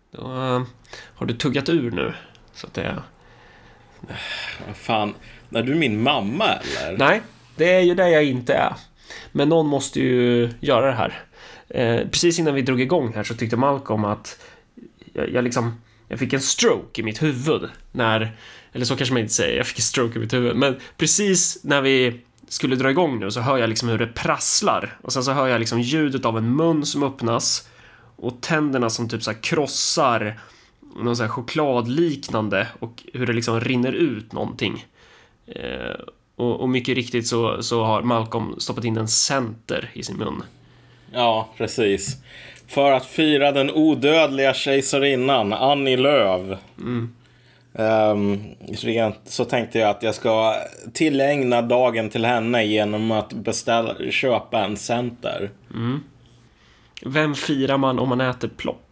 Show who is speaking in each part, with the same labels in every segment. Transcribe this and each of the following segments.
Speaker 1: Då har du tuggat ur nu. Så att det...
Speaker 2: Fan, är du min mamma eller?
Speaker 1: Nej, det är ju det jag inte är. Men någon måste ju göra det här. Precis innan vi drog igång här så tyckte Malcolm att jag fick en stroke i mitt huvud när, eller så kanske man inte säger, jag fick en stroke i mitt huvud, men precis när vi skulle dra igång nu så hör jag liksom hur det prasslar och sen så hör jag liksom ljudet av en mun som öppnas och tänderna som typ så här krossar någon så här chokladliknande och hur det liksom rinner ut någonting. Och mycket riktigt så har Malcolm stoppat in en center i sin mun.
Speaker 2: Ja, precis. För att fira den odödliga kejsarinnan Annie Lööf. Rent så tänkte jag att jag ska tillägna dagen till henne genom att köpa en center.
Speaker 1: Vem firar man om man äter plopp?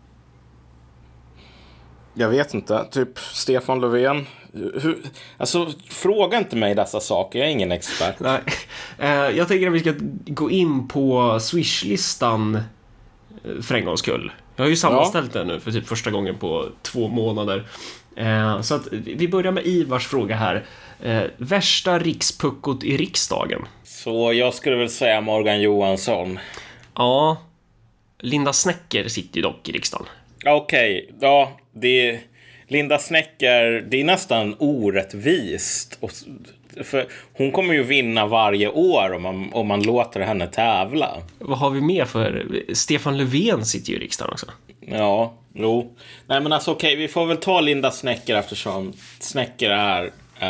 Speaker 2: Jag vet inte, typ Stefan Löfven. Alltså, fråga inte mig dessa saker, jag är ingen expert.
Speaker 1: Nej. Jag tänker att vi ska gå in på Swish-listan för en gångs skull. Jag har ju sammanställt den nu för typ första gången på 2 månader. Så att vi börjar med Ivars fråga här. Värsta rikspuckot i riksdagen?
Speaker 2: Så jag skulle väl säga Morgan Johansson.
Speaker 1: Ja, Linda Snecker sitter ju dock i riksdagen.
Speaker 2: Okej, ja, Linda Snecker, det är nästan orättvist. För hon kommer ju vinna varje år om man låter henne tävla.
Speaker 1: Vad har vi mer för? Stefan Löfven sitter ju i riksdagen också.
Speaker 2: Ja, jo. Nej men alltså okej, vi får väl ta Linda Snecker eftersom Snecker är...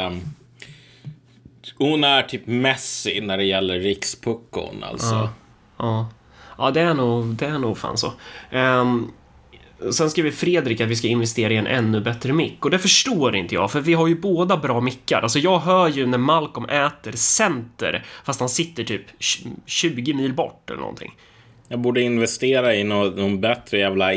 Speaker 2: hon är typ Messi när det gäller rikspuckon alltså.
Speaker 1: Ja, det är nog fan så. Sen skriver Fredrik att vi ska investera i en ännu bättre mick. Och det förstår inte jag, för vi har ju båda bra mickar. Alltså jag hör ju när Malcolm äter center, fast han sitter typ 20 mil bort eller någonting.
Speaker 2: Jag borde investera i någon bättre jävla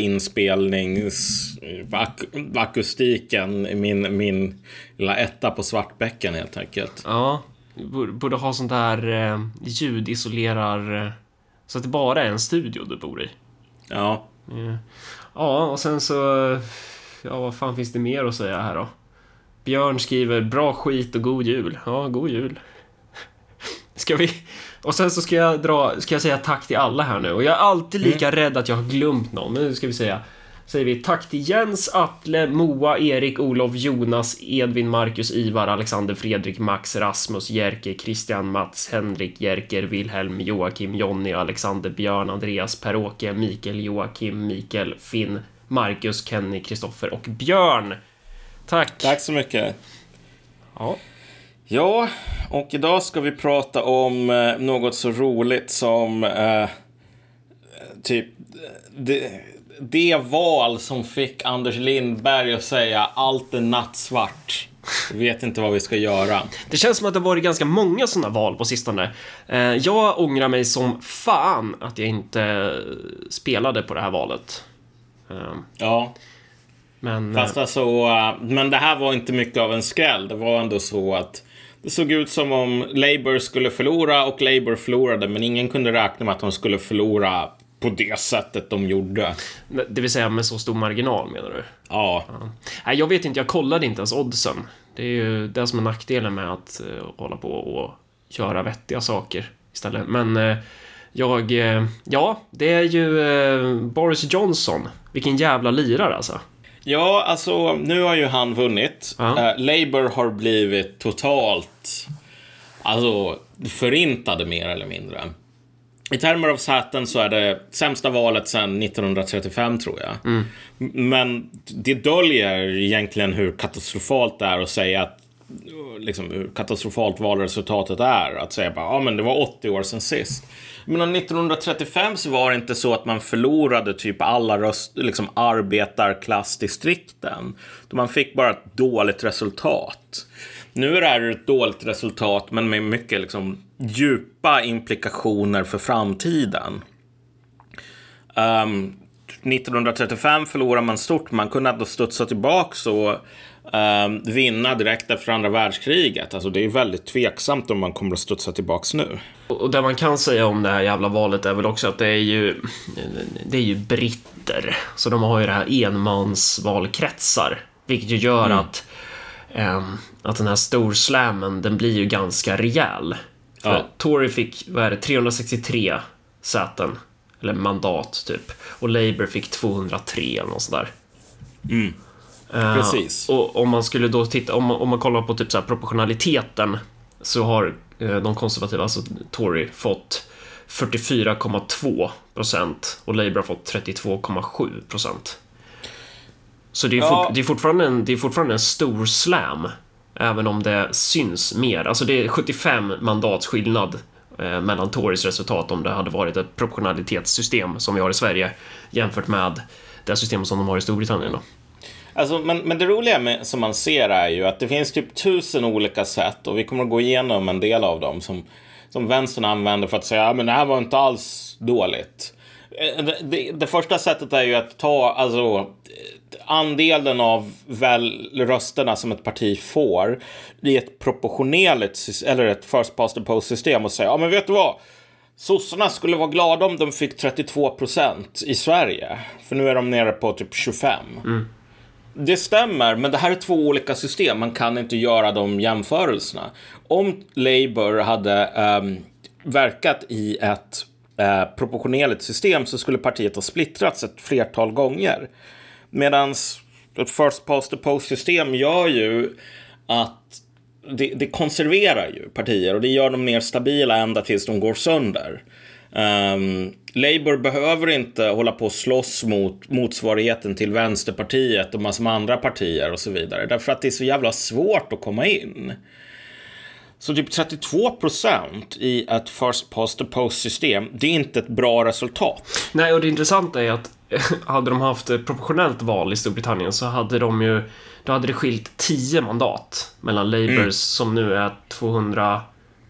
Speaker 2: akustiken i min lilla etta på Svartbäcken helt enkelt.
Speaker 1: Ja, borde ha sånt där ljudisolerar så att det bara är en studio du bor i.
Speaker 2: Ja.
Speaker 1: Ja, och sen så... Ja, vad fan finns det mer att säga här då? Björn skriver bra skit och god jul. Ja, god jul. Ska vi... Och sen så ska jag säga tack till alla här nu. Och jag är alltid lika rädd att jag har glömt någon. Men nu ska vi säger vi tack till Jens, Atle, Moa, Erik, Olof, Jonas, Edvin, Marcus, Ivar, Alexander, Fredrik, Max, Rasmus, Jerker, Christian, Mats, Henrik, Jerker, Wilhelm, Joakim, Jonny, Alexander, Björn, Andreas, Per-Åke, Mikael, Joakim, Mikael, Finn, Marcus, Kenny, Kristoffer och Björn. Tack
Speaker 2: så mycket.
Speaker 1: Ja,
Speaker 2: och idag ska vi prata om något så roligt som typ det val som fick Anders Lindberg att säga allt är nattsvart. Jag vet inte vad vi ska göra.
Speaker 1: Det känns som att det har varit ganska många sådana val på sistone. Jag ångrar mig som fan att jag inte spelade på det här valet.
Speaker 2: Ja.
Speaker 1: Men
Speaker 2: det här var inte mycket av en skräll. Det var ändå så att det såg ut som om Labour skulle förlora och Labour förlorade, men ingen kunde räkna med att de skulle förlora på det sättet de gjorde.
Speaker 1: Det vill säga med så stor marginal, menar du?
Speaker 2: Ja.
Speaker 1: Nej, jag vet inte, jag kollade inte ens oddsen. Det är ju det som är nackdelen med att hålla på och göra vettiga saker istället. Men det är ju Boris Johnson. Vilken jävla lirare alltså.
Speaker 2: Ja, alltså nu har ju han vunnit. Labour har blivit totalt förintade mer eller mindre. I termer av säten så är det sämsta valet sedan 1935 tror jag. Men det döljer egentligen hur katastrofalt det är att säga att liksom, hur katastrofalt valresultatet är. Att säga bara, men det var 80 år sedan sist. Men 1935 så var det inte så att man förlorade typ alla arbetarklassdistrikten. Man fick bara ett dåligt resultat. Nu är det här ett dåligt resultat, men med mycket liksom djupa implikationer för framtiden. 1935 förlorade man stort. Man kunde ändå studsa tillbaka och vinna direkt efter andra världskriget. Alltså det är väldigt tveksamt om man kommer att studsa tillbaka nu.
Speaker 1: Och det man kan säga om det här jävla valet är väl också att det är ju britter. Så de har ju det här enmansvalkretsar. Vilket ju gör att den här storslammen, den blir ju ganska rejäl. För Tory fick, 363 säten. Eller mandat typ. Och Labour fick 203 eller något sådär.
Speaker 2: Precis.
Speaker 1: Och om man skulle då titta, om man kollar på typ så här proportionaliteten, så har de konservativa, alltså Tory, fått 44,2% och Labour har fått 32,7%. Så det är fortfarande en stor slam, även om det syns mer. Alltså det är 75 mandats skillnad mellan Torys resultat om det hade varit ett proportionalitetssystem som vi har i Sverige jämfört med det system som de har i Storbritannien då.
Speaker 2: Alltså, men det roliga med, som man ser är ju att det finns typ 1000 olika sätt, och vi kommer att gå igenom en del av dem som vänstern använder för att säga men det här var inte alls dåligt. Det första sättet är ju att ta andelen av rösterna som ett parti får i ett proportionerligt eller ett first past the post system och säga men vet du vad? Sossarna skulle vara glada om de fick 32% i Sverige. För nu är de nere på typ 25%. Det stämmer, men det här är två olika system. Man kan inte göra de jämförelserna. Om Labour hade verkat i ett proportionerligt system så skulle partiet ha splittrats ett flertal gånger. Medan ett first past the post system gör ju att det konserverar ju partier och det gör dem mer stabila ända tills de går sönder. Labour behöver inte hålla på och slåss mot motsvarigheten till Vänsterpartiet och massor med andra partier och så vidare. Därför att det är så jävla svårt att komma in. Så typ 32% i ett first past the post system, det är inte ett bra resultat.
Speaker 1: Nej, och det intressanta är att hade de haft proportionellt val i Storbritannien så hade då hade det skilt 10 mandat mellan Labours som nu är 203.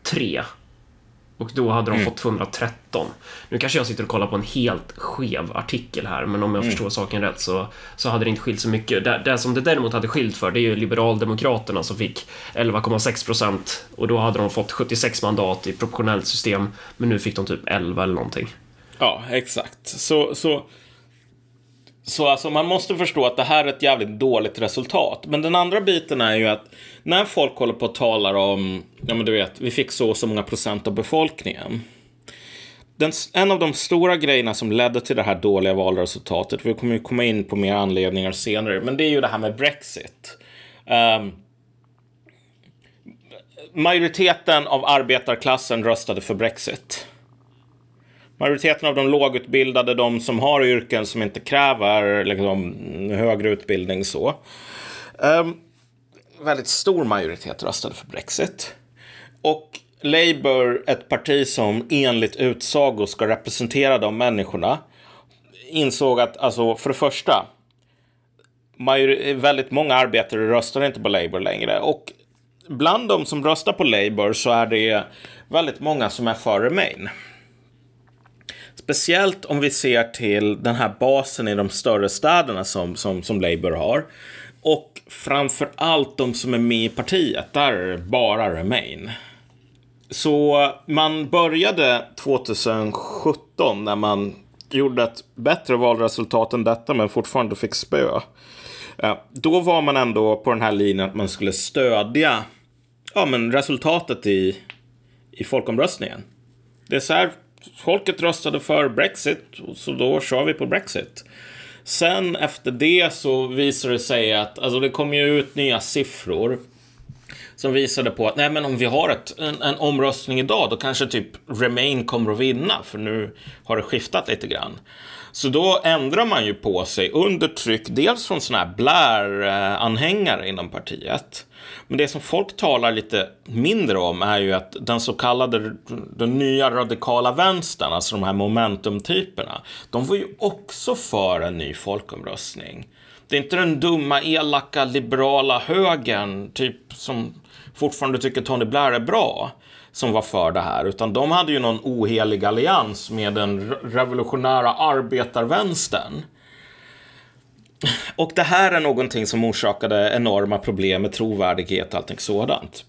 Speaker 1: Och då hade de fått 213. Nu kanske jag sitter och kollar på en helt skev artikel här, men om jag förstår saken rätt så hade det inte skilt så mycket. Det som det däremot hade skilt för, det är ju Liberaldemokraterna som fick 11,6%. Och då hade de fått 76 mandat i proportionellt system, men nu fick de typ 11 eller någonting.
Speaker 2: Ja, exakt. Så alltså man måste förstå att det här är ett jävligt dåligt resultat. Men den andra biten är ju att när folk håller på och talar om, ja men du vet, vi fick så många procent av befolkningen. En av de stora grejerna som ledde till det här dåliga valresultatet, vi kommer ju komma in på mer anledningar senare, men det är ju det här med Brexit. Majoriteten av arbetarklassen röstade för Brexit. Majoriteten av de lågutbildade, de som har yrken som inte kräver liksom högre utbildning så. Väldigt stor majoritet röstade för Brexit. Och Labour, ett parti som enligt utsago ska representera de människorna, insåg att alltså för det första väldigt många arbetare röstar inte på Labour längre. Och bland de som röstar på Labour så är det väldigt många som är för Remain. Speciellt om vi ser till den här basen i de större städerna som Labour har. Och framför allt de som är med i partiet, där är det bara Remain. Så man började 2017 när man gjorde ett bättre valresultat än detta men fortfarande fick spö. Då var man ändå på den här linjen att man skulle stödja resultatet i folkomröstningen. Det är så här, folket röstade för Brexit, så då kör vi på Brexit. Sen efter det så visade det sig att alltså det kom ju ut nya siffror som visade på att nej, men om vi har en omröstning idag, då kanske typ Remain kommer att vinna, för nu har det skiftat lite grann. Så då ändrar man ju på sig under tryck, dels från såna här Blair-anhängare inom partiet. Men det som folk talar lite mindre om är ju att den så kallade den nya radikala vänstern, alltså de här momentum-typerna, de var ju också för en ny folkomröstning. Det är inte den dumma, elaka, liberala högern typ som fortfarande tycker Tony Blair är bra som var för det här, utan de hade ju någon ohelig allians med den revolutionära arbetarvänstern Och det här är någonting som orsakade enorma problem med trovärdighet och allting sådant.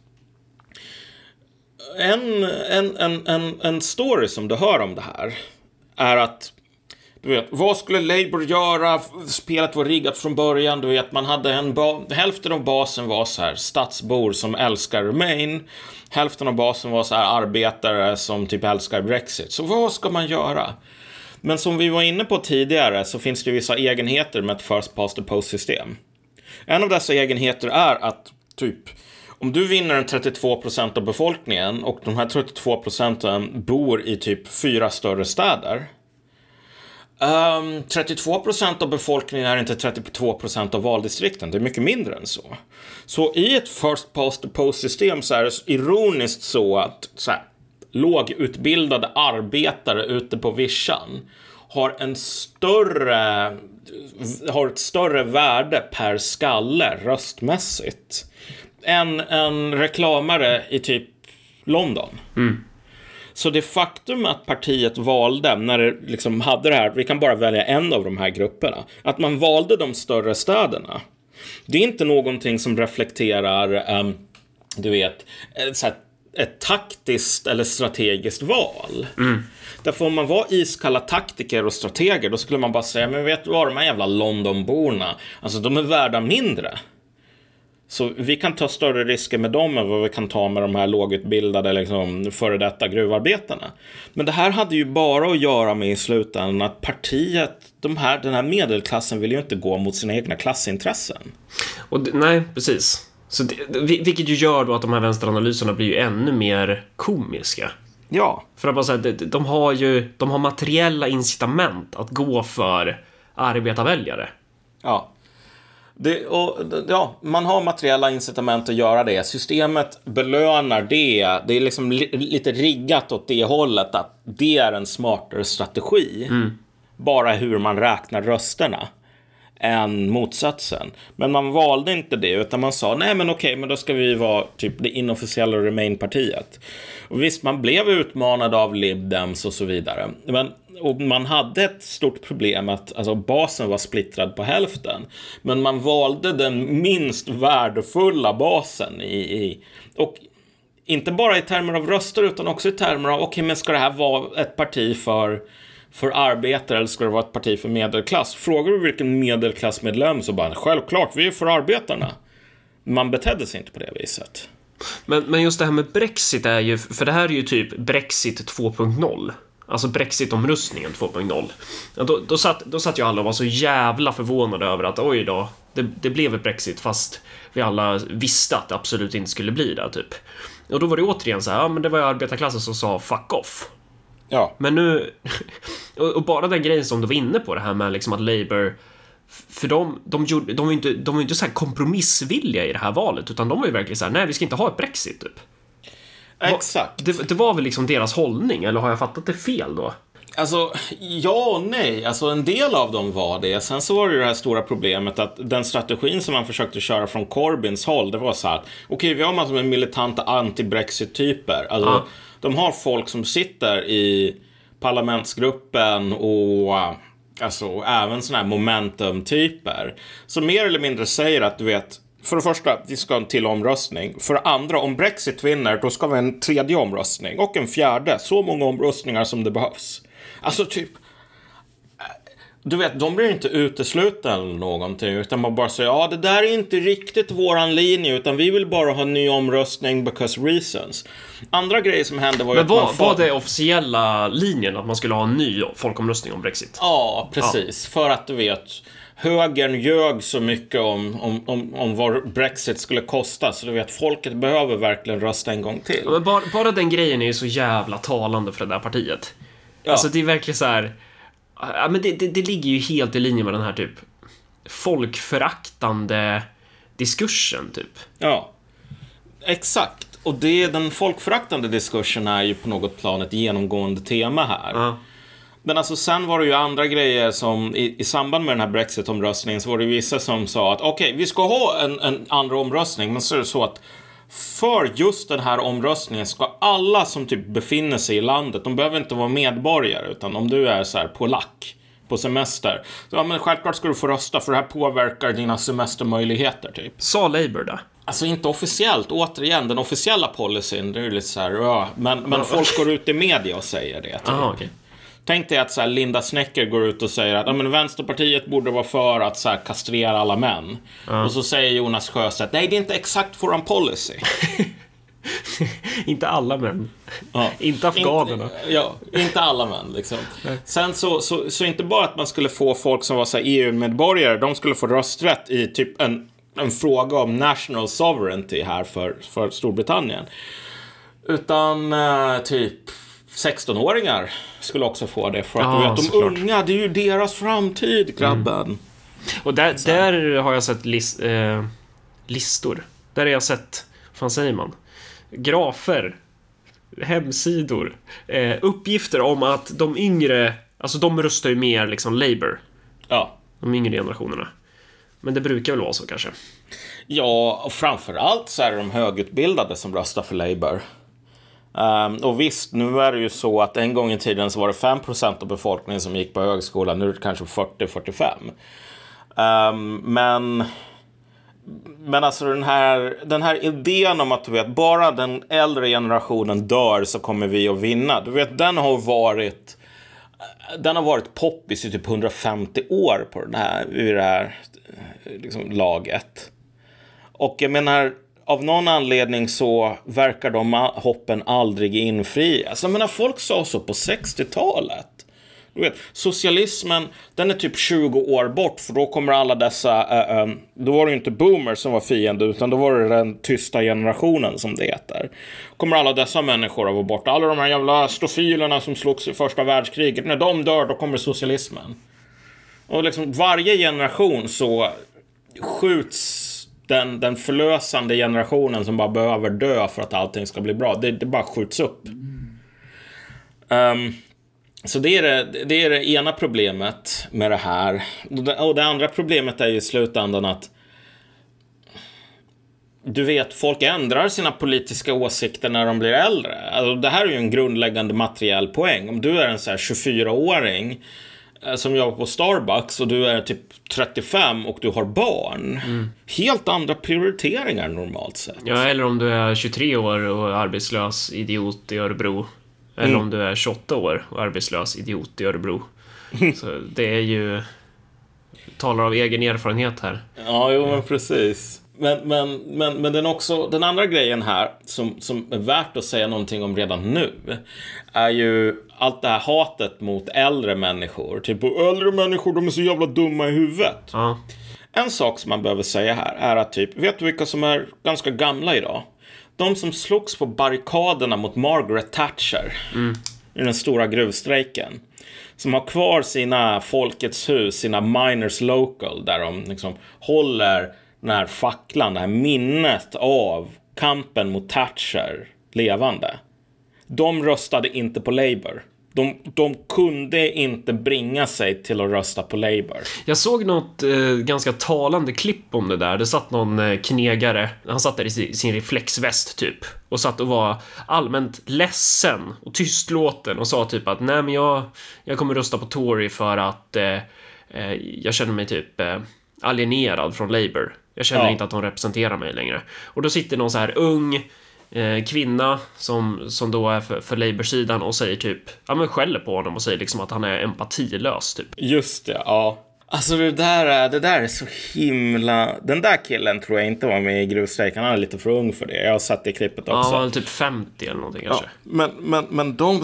Speaker 2: En story som du hör om det här är att, du vet, vad skulle Labour göra? Spelet var riggat från början. Du vet, man hade hälften av basen var så här stadsbor som älskar Remain. Hälften av basen var så här arbetare som typ älskar Brexit. Så vad ska man göra? Men som vi var inne på tidigare så finns det vissa egenheter med ett first past the post system. En av dessa egenheter är att typ om du vinner en 32% av befolkningen och de här 32% bor i typ 4 större städer. 32% av befolkningen är inte 32% av valdistrikten. Det är mycket mindre än så. Så i ett first past the post system så är det ironiskt så att så här, lågutbildade arbetare ute på vischan har ett större värde per skalle röstmässigt än en reklamare i typ London. Så det faktum att partiet valde, när det liksom hade det här, vi kan bara välja en av de här grupperna, att man valde de större städerna, det är inte någonting som reflekterar du vet, så här, ett taktiskt eller strategiskt val. Därför om man var iskalla taktiker och strateger, då skulle man bara säga, men vet du vad, de här jävla Londonborna, alltså de är värda mindre. Så vi kan ta större risker med dem än vad vi kan ta med de här lågutbildade liksom, före detta gruvarbetarna. Men det här hade ju bara att göra med i slutändan att partiet, den här medelklassen vill ju inte gå mot sina egna klassintressen.
Speaker 1: Nej, precis. Så vilket ju gör då att de här vänsteranalyserna blir ju ännu mer komiska.
Speaker 2: Ja.
Speaker 1: För att bara säga, de har materiella incitament att gå för arbetarväljare.
Speaker 2: Ja. Man har materiella incitament att göra det. Systemet belönar det. Det är liksom lite riggat åt det hållet att det är en smartare strategi. Bara hur man räknar rösterna än motsatsen. Men man valde inte det, utan man sa nej men okej, men då ska vi vara typ det inofficiella Remain-partiet. Och visst, man blev utmanad av Lib Dems och så vidare. Och man hade ett stort problem att alltså, basen var splittrad på hälften. Men man valde den minst värdefulla basen och inte bara i termer av röster utan också i termer av okej, men ska det här vara ett parti för arbetare eller ska det vara ett parti för medelklass? Frågar du vilken medelklassmedlem så bara självklart, vi är för arbetarna. Man betedde sig inte på det viset.
Speaker 1: Men just det här med Brexit är ju, för det här är ju typ Brexit 2.0. Alltså Brexit-omröstningen 2.0. Då satt ju alla och var så jävla förvånade över att oj då, det blev ett Brexit fast vi alla visste att det absolut inte skulle bli det typ. Och då var det återigen så här, ja men det var ju arbetarklassen som sa fuck off.
Speaker 2: Ja.
Speaker 1: Men nu och bara den grejen som du var inne på det här med liksom att Labour, för de var ju inte så här kompromissvilliga i det här valet, utan de var ju verkligen så här, nej vi ska inte ha ett Brexit typ.
Speaker 2: Exakt.
Speaker 1: Det var väl liksom deras hållning, eller har jag fattat det fel då?
Speaker 2: Alltså, ja och nej. Alltså en del av dem var det. Sen så var det ju det här stora problemet att den strategin som man försökte köra från Corbyns håll, det var så här, okej, vi har massor med militanta anti-Brexit-typer. Alltså, de har folk som sitter i parlamentsgruppen och alltså även såna här momentum-typer som mer eller mindre säger att du vet, för det första, vi ska ha en till omröstning. För det andra, om Brexit vinner, då ska vi ha en tredje omröstning. Och en fjärde, så många omröstningar som det behövs. Alltså typ, du vet, de blir inte uteslutna eller någonting. Utan man bara säger, ja det där är inte riktigt våran linje. Utan vi vill bara ha en ny omröstning because reasons. Andra grejer som hände var ju
Speaker 1: men att var det officiella linjen att man skulle ha en ny folkomröstning om Brexit?
Speaker 2: Ja, precis. Ja. För att du vet, högern ljög så mycket om vad Brexit skulle kosta. Så du vet, folket behöver verkligen rösta en gång till.
Speaker 1: Men bara den grejen är ju så jävla talande för det där partiet. Ja. Alltså det är verkligen så här. Ja, men det ligger ju helt i linje med den här typ folkföraktande diskursen typ.
Speaker 2: Ja, exakt. Och den folkföraktande diskursen är ju på något plan ett genomgående tema här. Ja. Men alltså sen var det ju andra grejer som i samband med den här Brexit-omröstningen så var det vissa som sa att okej, vi ska ha en andra omröstning, men så är det så att för just den här omröstningen ska alla som typ befinner sig i landet, de behöver inte vara medborgare, utan om du är så här polack på semester. Så, ja, men självklart ska du få rösta för det här påverkar dina semestermöjligheter typ.
Speaker 1: Sa Labour då?
Speaker 2: Alltså inte officiellt, återigen, den officiella policyn, det är ju lite så här, ja, men folk går ut i media och säger det. Typ.
Speaker 1: Aha, okay.
Speaker 2: Tänk dig att så här, Linda Snecker går ut och säger att ja, men Vänsterpartiet borde vara för att så här, kastrera alla män. Och så säger Jonas Sjöstedt, nej det är inte exakt våran policy.
Speaker 1: Inte alla män. Ja. Inte afghanerna.
Speaker 2: Inte alla män liksom. Sen så inte bara att man skulle få folk som var så här, EU-medborgare, de skulle få rösträtt i typ en fråga om national sovereignty här för Storbritannien. Utan typ 16-åringar skulle också få det. För att du vet, de såklart. Unga, det är ju deras framtid, grabben.
Speaker 1: Och där har jag sett listor. Där har jag sett, vad fan säger man? Grafer, hemsidor, uppgifter om att de yngre, alltså de röstar ju mer liksom Labour.
Speaker 2: Ja.
Speaker 1: De yngre generationerna. Men det brukar väl vara så kanske.
Speaker 2: Ja, och framförallt så är det de högutbildade som röstar för Labour. Och visst, nu är det ju så att en gång i tiden så var det 5% av befolkningen som gick på högskolan. Nu är det kanske 40-45. Men alltså den här idén om att du vet, bara den äldre generationen dör så kommer vi att vinna. Du vet, den har varit poppis i typ 150 år på det här liksom, laget. Och jag menar, av någon anledning så verkar de hoppen aldrig infrias. Jag menar, folk sa så på 60-talet. Du vet, socialismen, den är typ 20 år bort, för då kommer alla dessa då var det inte boomers som var fiende, utan då var det den tysta generationen som det heter. Kommer alla dessa människor att vara borta, alla de här jävla stofilerna som slogs i första världskriget, när de dör då kommer socialismen. Och liksom varje generation så skjuts den förlösande generationen som bara behöver dö för att allting ska bli bra, det bara skjuts upp. Så det är det ena problemet med det här. Och det andra problemet är ju i slutändan att du vet, folk ändrar sina politiska åsikter när de blir äldre. Alltså, det här är ju en grundläggande materiell poäng. Om du är en så här 24-åring som jobbar på Starbucks och du är typ 35 och du har barn. Helt andra prioriteringar normalt sett.
Speaker 1: Ja, eller om du är 23 år och arbetslös idiot i Örebro. Eller om du är 28 år och arbetslös idiot i Örebro. Så det är ju... Talar av egen erfarenhet här.
Speaker 2: Ja, jo, men precis. Men den också, den andra grejen här som är värt att säga någonting om redan nu är ju allt det här hatet mot äldre människor. Typ, äldre människor, de är så jävla dumma i huvudet.
Speaker 1: Ja.
Speaker 2: En sak som man behöver säga här är att typ, vet du vilka som är ganska gamla idag? De som slogs på barrikaderna mot Margaret Thatcher i den stora gruvstrejken. Som har kvar sina Folkets hus, sina Miners Local, där de liksom håller den här facklan, det här minnet av kampen mot Thatcher levande. De röstade inte på Labour. De kunde inte bringa sig till att rösta på Labour.
Speaker 1: Jag såg något ganska talande klipp om det där. Det satt någon knegare, han satt där i sin reflexväst typ, och satt och var allmänt ledsen och tystlåten och sa typ att nej, men jag kommer rösta på Tory för att jag känner mig typ alienerad från Labour. Jag känner inte att de representerar mig längre. Och då sitter någon så här ung kvinna som då är för Labour-sidan och säger typ, ja men skäller på honom och säger liksom att han är empatilös typ.
Speaker 2: Just det, ja. Alltså det där är så himla... Den där killen tror jag inte var med i gruvstrejken. Han är lite för ung för det. Jag har sett det klippet också.
Speaker 1: Ja, han är typ 50 eller någonting kanske.
Speaker 2: Men de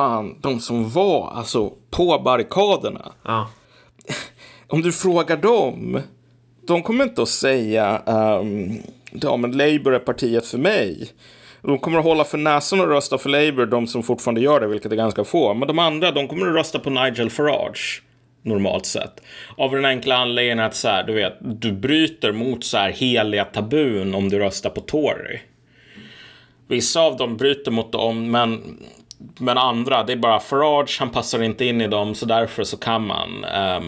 Speaker 2: som var alltså på barrikaderna.
Speaker 1: Ja.
Speaker 2: Om du frågar dem, de kommer inte att säga ja, men Labour är partiet för mig. De kommer att hålla för näsan och rösta för Labour, de som fortfarande gör det, vilket är ganska få. Men de andra, de kommer att rösta på Nigel Farage normalt sett. Av den enkla anledningen att så här, du vet, du bryter mot så här heliga tabun om du röstar på Tory. Vissa av dem bryter mot dem, men andra, det är bara Farage, han passar inte in i dem, så därför så kan man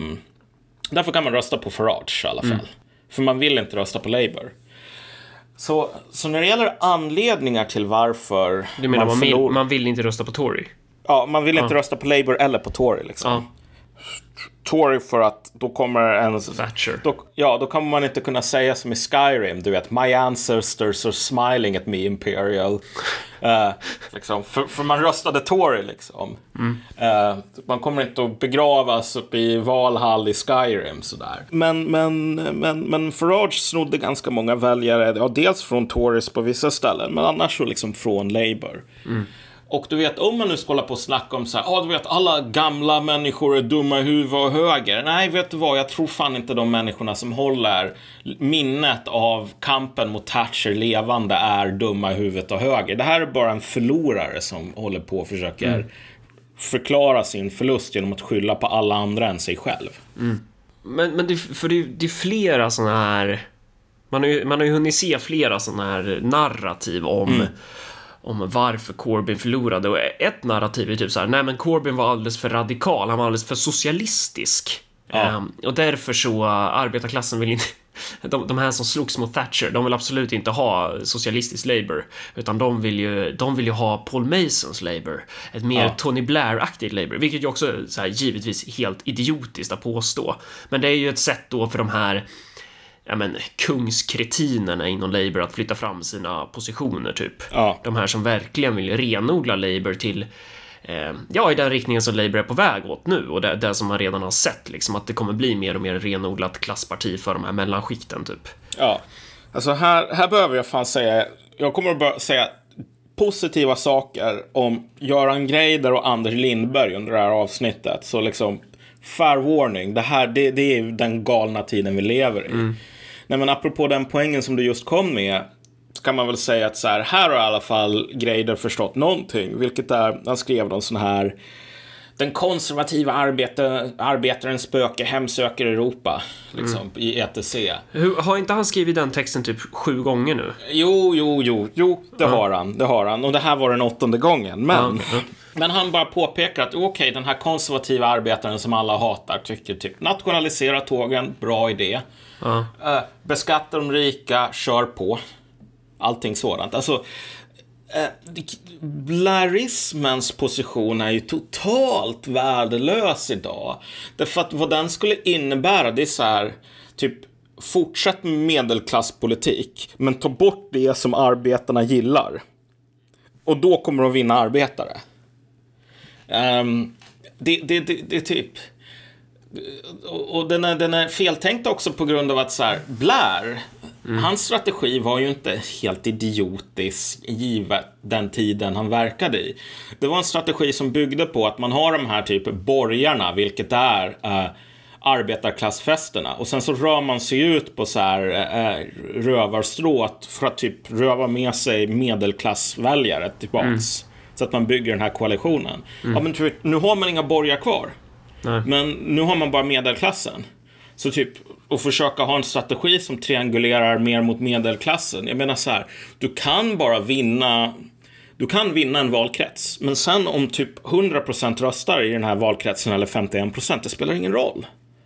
Speaker 2: rösta på Farage i alla fall. För man vill inte rösta på Labour. Så när det gäller anledningar till varför...
Speaker 1: Du menar man vill inte rösta på Tory?
Speaker 2: Ja, man vill inte rösta på Labour eller på Tory liksom. Tory för att då kommer en...
Speaker 1: Thatcher.
Speaker 2: Då kommer man inte kunna säga som i Skyrim, du vet, my ancestors are smiling at me, Imperial. Liksom, för man röstade Tory liksom. Man kommer inte att begravas uppe i Valhall i Skyrim sådär. Men Farage snodde ganska många väljare, ja, dels från Tories på vissa ställen, men annars så liksom från Labour. Och du vet, om man nu ska hålla på och snacka om så här, du vet, alla gamla människor är dumma i huvudet och höger. Nej, vet du vad, jag tror fan inte de människorna som håller minnet av kampen mot Thatcher levande är dumma i huvudet och höger. Det här är bara en förlorare som håller på och försöker förklara sin förlust genom att skylla på alla andra än sig själv.
Speaker 1: Men det är flera såna här... Man har ju hunnit se flera såna här narrativ om varför Corbyn förlorade. Och ett narrativ är typ så här: nej, men Corbyn var alldeles för radikal, han var alldeles för socialistisk. Och därför så arbetarklassen vill inte... De här som slogs mot Thatcher, de vill absolut inte ha socialistisk Labour, utan de vill ju ha Paul Masons Labour, ett mer Tony Blair-aktigt Labour, vilket ju också så här, givetvis helt idiotiskt att påstå. Men det är ju ett sätt då för de här kungskretinerna inom Labour att flytta fram sina positioner typ. De här som verkligen vill renodla Labour till i den riktningen som Labour är på väg åt nu, och det som man redan har sett liksom, att det kommer bli mer och mer renodlat klassparti för de här mellanskikten typ.
Speaker 2: Ja, alltså här behöver jag fan säga, jag kommer att bara säga positiva saker om Göran Greider och Anders Lindberg under det här avsnittet, så liksom fair warning, det är den galna tiden vi lever i. Nej, men apropå den poängen som du just kom med, så kan man väl säga att så här har i alla fall Greider förstått någonting, vilket är, han skrev någon sån här: den konservativa arbetarens spöke hemsöker Europa liksom, i ETC.
Speaker 3: Har inte han skrivit den texten typ 7 gånger nu?
Speaker 2: Jo, det har han. Och det här var den 8:e gången. Men han bara påpekar att okej, den här konservativa arbetaren som alla hatar tycker typ nationalisera tågen, bra idé. Beskatta de rika, kör på. Allting sådant. Alltså, blairismens position är ju totalt värdelös idag. Därför att vad den skulle innebära, det är så här, typ, fortsätt med medelklasspolitik, men ta bort det som arbetarna gillar. Och då kommer de vinna arbetare. Det är typ... Och den är feltänkt också på grund av att så här, Blair, hans strategi var ju inte helt idiotisk givet den tiden han verkade i. Det var en strategi som byggde på att man har de här typ borgarna, vilket är arbetarklassfesterna, och sen så rör man sig ut på så här rövarstråt för att typ röva med sig medelklassväljare tillbaks, så att man bygger den här koalitionen. Ja, men typ, nu har man inga borgar kvar. Nej. Men nu har man bara medelklassen. Så typ, och försöka ha en strategi som triangulerar mer mot medelklassen. Jag menar så här, du kan vinna en valkrets, men sen om typ 100% röstar i den här valkretsen, eller 51%, det spelar ingen roll.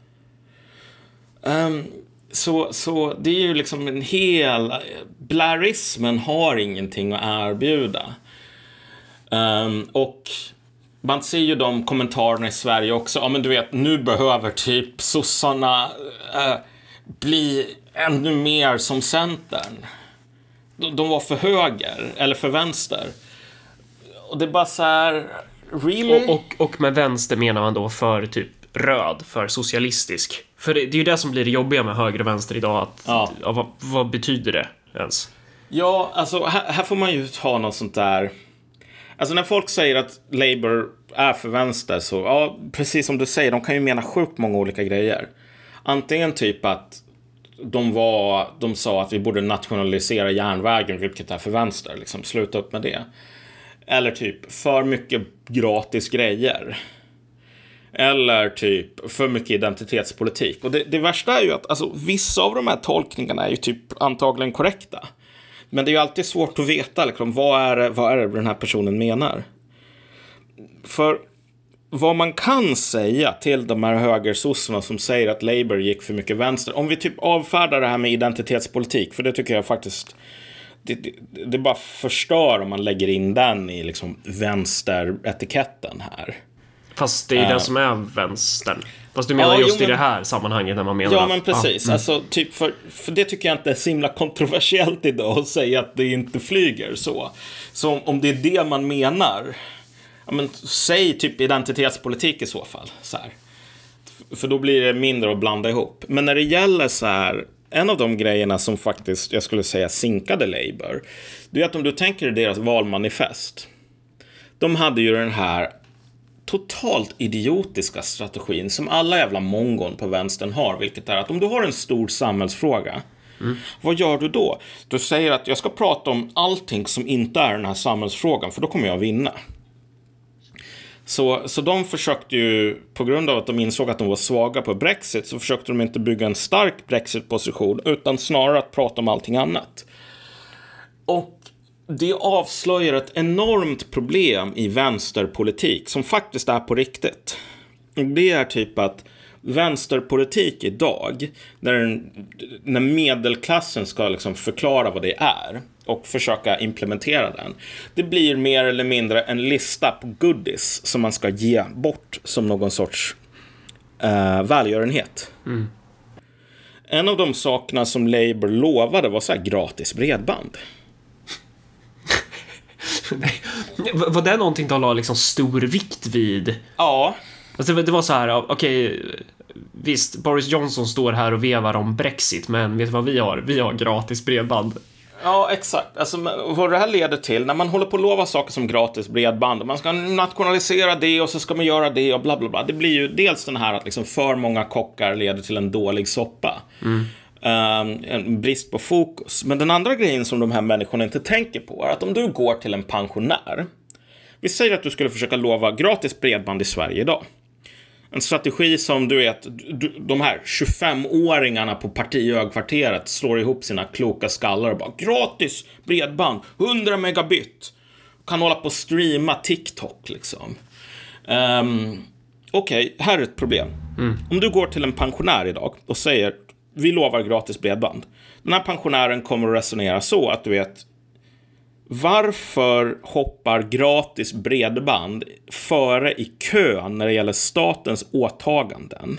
Speaker 2: Så det är ju liksom en hel... Blairismen har ingenting att erbjuda. Och man ser ju de kommentarerna i Sverige också. Ja, men du vet, nu behöver typ sossarna bli ännu mer som Centern. De var för höger eller för vänster. Och det är bara så här, really?
Speaker 3: Och med vänster menar man då för typ röd, för socialistisk. För det är ju det som blir det jobbiga med höger och vänster idag. Vad betyder det ens?
Speaker 2: Ja, alltså här får man ju ha något sånt där... Alltså när folk säger att Labour är för vänster, så ja, precis som du säger, de kan ju mena sjukt många olika grejer. Antingen typ att de sa att vi borde nationalisera järnvägen, vilket är för vänster, liksom sluta upp med det. Eller typ för mycket gratis grejer. Eller typ för mycket identitetspolitik. Och det värsta är ju att alltså, vissa av de här tolkningarna är ju typ antagligen korrekta. Men det är ju alltid svårt att veta liksom, vad är det den här personen menar. För vad man kan säga till de här högersossarna som säger att Labour gick för mycket vänster, om vi typ avfärdar det här med identitetspolitik, för det tycker jag faktiskt det bara förstör om man lägger in den i liksom vänsteretiketten här.
Speaker 3: Fast det är den som är vänstern. Fast du menar just i det här sammanhanget när man menar
Speaker 2: ja, men precis. Alltså, typ för det tycker jag inte är så himla kontroversiellt idag att säga att det inte flyger så. Så om det är det man menar, ja, men säg typ identitetspolitik i så fall. Så här. För då blir det mindre att blanda ihop. Men när det gäller så här, en av de grejerna som faktiskt, jag skulle säga, sinkade Labour, det är att om du tänker deras valmanifest. De hade ju den här totalt idiotiska strategin som alla jävla mongon på vänstern har, vilket är att om du har en stor samhällsfråga, vad gör du då? Du säger att jag ska prata om allting som inte är den här samhällsfrågan, för då kommer jag vinna. Så de försökte ju, på grund av att de insåg att de var svaga på Brexit, så försökte de inte bygga en stark Brexit-position, utan snarare att prata om allting annat. Och det avslöjar ett enormt problem i vänsterpolitik som faktiskt är på riktigt. Det är typ att vänsterpolitik idag, när medelklassen ska liksom förklara vad det är och försöka implementera den, det blir mer eller mindre en lista på goodies som man ska ge bort som någon sorts välgörenhet. En av de sakerna som Labour lovade var så här gratis bredband.
Speaker 3: Var det någonting de la liksom stor vikt vid?
Speaker 2: Ja.
Speaker 3: Alltså det var så här, okej, visst, Boris Johnson står här och vevar om Brexit, men vet du vad vi har? Vi har gratis bredband.
Speaker 2: Ja, exakt. Alltså, vad det här leder till, när man håller på att lova saker som gratis bredband, man ska nationalisera det och så ska man göra det och bla bla bla. Det blir ju dels den här att liksom för många kockar leder till en dålig soppa. En brist på fokus. Men den andra grejen som de här människorna inte tänker på är att om du går till en pensionär, vi säger att du skulle försöka lova gratis bredband i Sverige idag. En strategi som du vet, de här 25-åringarna på Partiögkvarteret slår ihop sina kloka skallar och bara gratis bredband, 100 megabit. Kan hålla på att streama TikTok liksom. Okej, här är ett problem. Om du går till en pensionär idag och säger vi lovar gratis bredband. Den här pensionären kommer att resonera så att du vet, varför hoppar gratis bredband före i kön när det gäller statens åtaganden?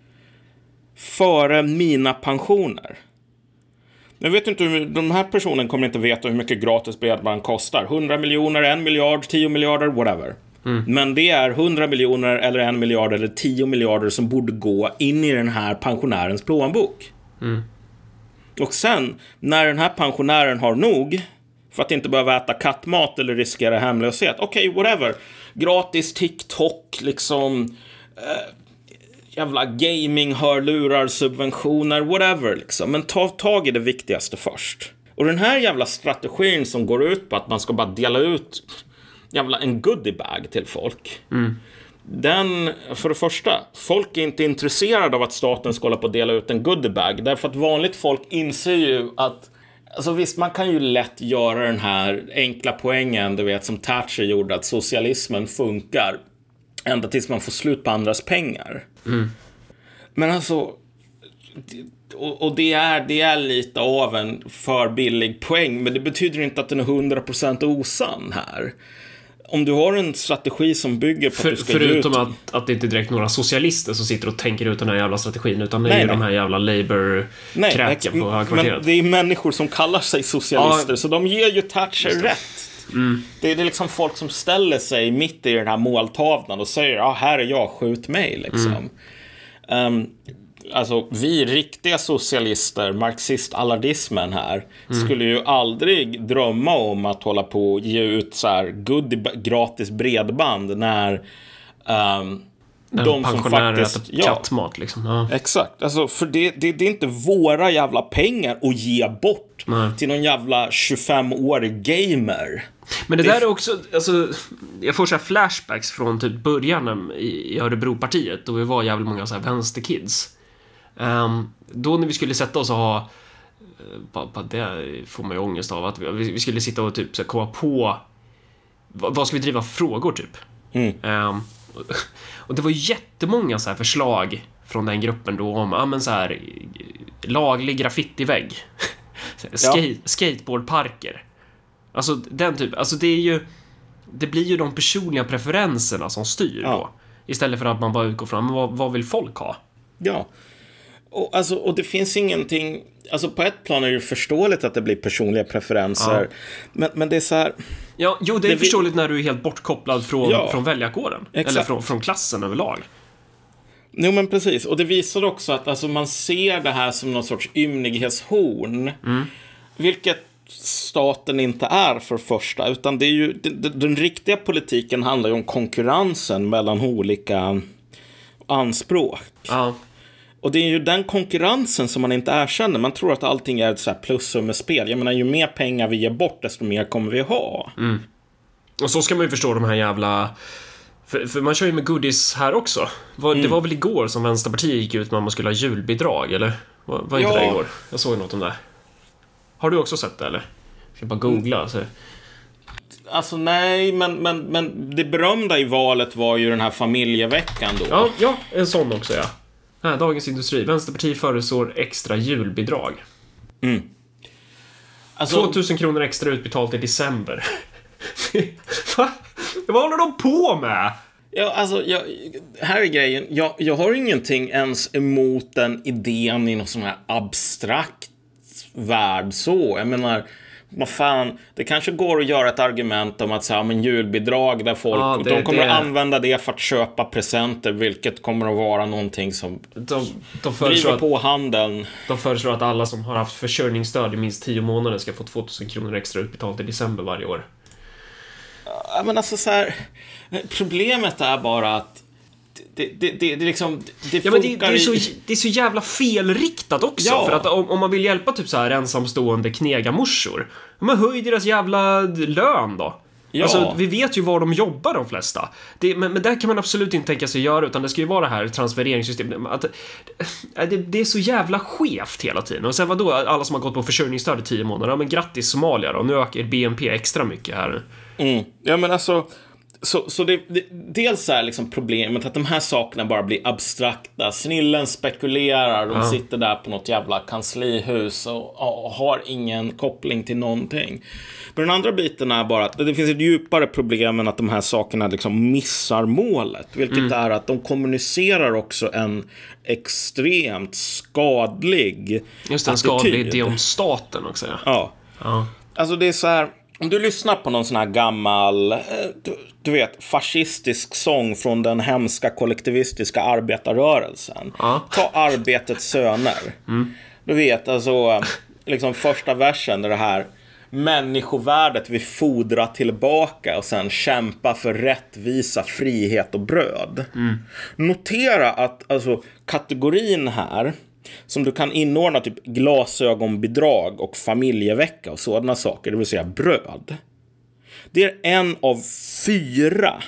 Speaker 2: Före mina pensioner. Jag vet inte, de här personen kommer inte veta hur mycket gratis bredband kostar. 100 miljoner, 1 miljard, 10 miljarder, whatever. Men det är 100 miljoner eller 1 miljard eller 10 miljarder som borde gå in i den här pensionärens plånbok. Och sen, när den här pensionären har nog för att inte behöva äta kattmat eller riskera hemlöshet, okej, whatever. Gratis TikTok, liksom jävla gaming, hörlurar, subventioner, whatever liksom. Men ta tag i det viktigaste först. Och den här jävla strategin som går ut på att man ska bara dela ut en goodiebag till folk. Den, för det första, folk är inte intresserade av att staten ska hålla på att dela ut en goodiebag, därför att vanligt folk inser ju att, alltså visst, man kan ju lätt göra den här enkla poängen, du vet, som Thatcher gjorde, att socialismen funkar ända tills man får slut på andras pengar. Men alltså, och det är lite av en för billig poäng, men det betyder inte att den är 100% osann här. Om du har en strategi som bygger på att du ska
Speaker 3: förutom att det inte är direkt några socialister som sitter och tänker ut den här jävla strategin, utan det är ju de här jävla Labour-kräken på högkvarteret.
Speaker 2: Men det är människor som kallar sig socialister, så de ger ju Thatcher rätt. Det är liksom folk som ställer sig mitt i den här måltavlan och säger, ja, här är jag, skjut mig liksom. Alltså, vi riktiga socialister, marxist-allardismen här, skulle ju aldrig drömma om att hålla på och ge ut så här gratis bredband när de som faktiskt
Speaker 3: kattmat liksom. Ja.
Speaker 2: Exakt, alltså, för det är inte våra jävla pengar att ge bort till någon jävla 25-årig gamer.
Speaker 3: Men det där är också, alltså, jag får så här flashbacks från typ början i Örebropartiet, då vi var jävligt många så här vänsterkids. Då när vi skulle sätta oss och ha, det får man ju ångest av, att vi skulle sitta och typ så komma på vad ska vi driva frågor typ. Och det var jättemånga så här förslag från den gruppen då om men så här, laglig graffitivägg, skateboardparker, alltså den typ, alltså det blir ju de personliga preferenserna som styr då. Istället för att man bara utgår från vad vill folk ha?
Speaker 2: Ja. Och det finns ingenting... Alltså på ett plan är det förståeligt att det blir personliga preferenser. Ja. Men det är så här...
Speaker 3: Ja, jo, det är förståeligt när du är helt bortkopplad från väljarkåren.
Speaker 2: Exakt.
Speaker 3: Eller från klassen överlag.
Speaker 2: Jo, men precis. Och det visar också att alltså, man ser det här som någon sorts ymnighetshorn. Vilket staten inte är för första. Utan det är ju... Den riktiga politiken handlar ju om konkurrensen mellan olika anspråk.
Speaker 3: Ja.
Speaker 2: Och det är ju den konkurrensen som man inte erkänner. Man tror att allting är ett så här plussummespel. Jag menar, ju mer pengar vi ger bort, desto mer kommer vi ha.
Speaker 3: Och så ska man ju förstå de här jävla... För man kör ju med goodies här också. Det var väl igår som Vänsterpartiet gick ut med att man skulle ha julbidrag, eller? Var inte det igår? Jag såg något om det. Har du också sett det, eller? Jag ska bara googla. Så.
Speaker 2: Alltså nej, men det berömda i valet var ju den här familjeveckan då.
Speaker 3: Ja, en sån också, ja. Här, Dagens Industri. Vänsterpartiet föreslår extra julbidrag. Alltså, 2000 kronor extra utbetalt i december. Vad håller de på med?
Speaker 2: Ja, alltså, här är grejen. Jag har ingenting ens emot den idén i någon sån här abstrakt värld så. Jag menar, vad fan, det kanske går att göra ett argument om att säga, men julbidrag där folk, de kommer att använda det för att köpa presenter, vilket kommer att vara någonting som
Speaker 3: de
Speaker 2: driver på handeln.
Speaker 3: De föreslår att alla som har haft försörjningsstöd i minst 10 månader ska få 2000 kronor extra utbetalt i december varje år.
Speaker 2: Ja, men alltså så här, problemet är bara att det liksom det
Speaker 3: är så jävla felriktat också. Ja. För att om man vill hjälpa typ så här ensamstående knegarmorsor, man höjer deras jävla lön då. Ja. Alltså, vi vet ju var de jobbar, de flesta. Men där kan man absolut inte tänka sig göra, utan det ska ju vara det här transfereringssystemet. Det är så jävla skevt hela tiden. Och sen vadå, alla som har gått på försörjningsstöd i 10 månader, ja, men grattis Somalia då, nu ökar BNP extra mycket här.
Speaker 2: Ja, men alltså så dels är liksom problemet att de här sakerna bara blir abstrakta. Snillen spekulerar, de sitter där på något jävla kanslihus och har ingen koppling till någonting. Men den andra biten är bara att det finns ett djupare problem än att de här sakerna liksom missar målet, vilket är att de kommunicerar också en extremt skadlig
Speaker 3: just en skadlig idé om staten också.
Speaker 2: Ja. Alltså det är så här, om du lyssnar på någon sån här gammal, du vet, fascistisk sång från den hemska kollektivistiska arbetarrörelsen. Ta Arbetets söner. Du vet, alltså, liksom första versen är det här: människovärdet vi fodra tillbaka och sen kämpa för rättvisa, frihet och bröd. Notera att alltså, kategorin här, som du kan inordna typ glasögonbidrag och familjevecka och sådana saker, det vill säga bröd. Det är en av 4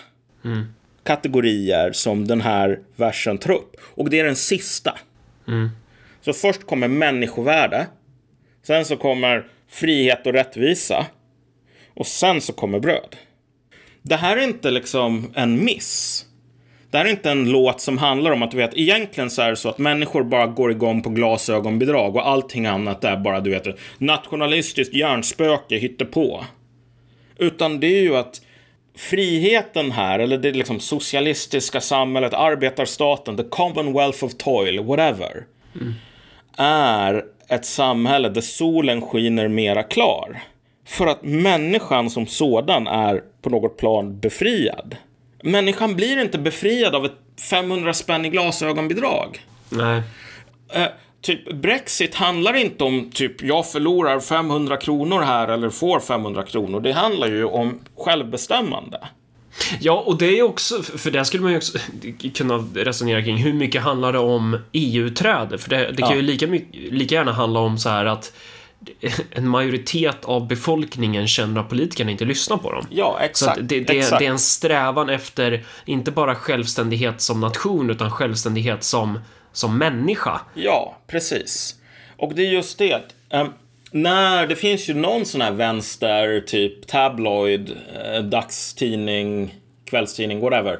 Speaker 2: kategorier som den här versen tar upp. Och det är den sista. Så först kommer människovärde. Sen så kommer frihet och rättvisa. Och sen så kommer bröd. Det här är inte liksom en miss. Det här är inte en låt som handlar om att du vet, egentligen så är det så att människor bara går igång på glasögonbidrag och allting annat är bara, du vet, nationalistiskt hjärnspöke hittar på. Utan det är ju att friheten här, eller det liksom socialistiska samhället, arbetarstaten, the commonwealth of toil, whatever, är ett samhälle där solen skiner mera klar. För att människan som sådan är på något plan befriad. Människan blir inte befriad av ett 500 spänn i glasögonbidrag.
Speaker 3: Nej.
Speaker 2: Typ Brexit handlar inte om typ jag förlorar 500 kronor här eller får 500 kronor. Det handlar ju om självbestämmande.
Speaker 3: Ja, och det är också, för det skulle man ju också kunna resonera kring, hur mycket handlar det om EU-träde? För det kan ju lika gärna handla om så här att en majoritet av befolkningen känner att politikerna inte lyssnar på dem.
Speaker 2: Ja, exakt.
Speaker 3: Så det är en strävan efter inte bara självständighet som nation, utan självständighet som människa.
Speaker 2: Ja, precis. Och det är just det. När det finns ju någon sån här vänster, typ tabloid, dagstidning, kvällstidning, whatever.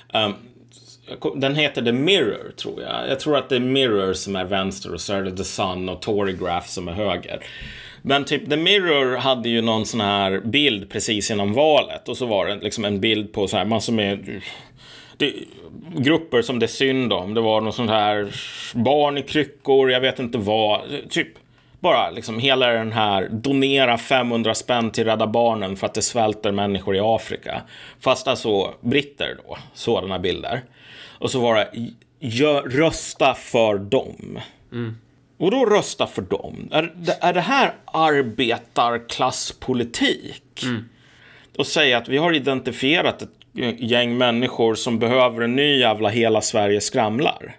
Speaker 2: Den heter The Mirror, tror jag. Jag tror att det är Mirror som är vänster och så är det The Sun och Torygraph som är höger. Men typ The Mirror hade ju någon sån här bild precis innan valet. Och så var det liksom en bild på så här massor med grupper som det är synd om. Det var någon sån här barn i kryckor, jag vet inte vad. Typ bara liksom hela den här donera 500 spänn till Rädda Barnen för att det svälter människor i Afrika. Fast alltså britter då, sådana bilder. Och så var det rösta för dem. Och då rösta för dem. Är det här arbetarklasspolitik? Och säga att vi har identifierat ett gäng människor som behöver en ny jävla hela Sverige skramlar.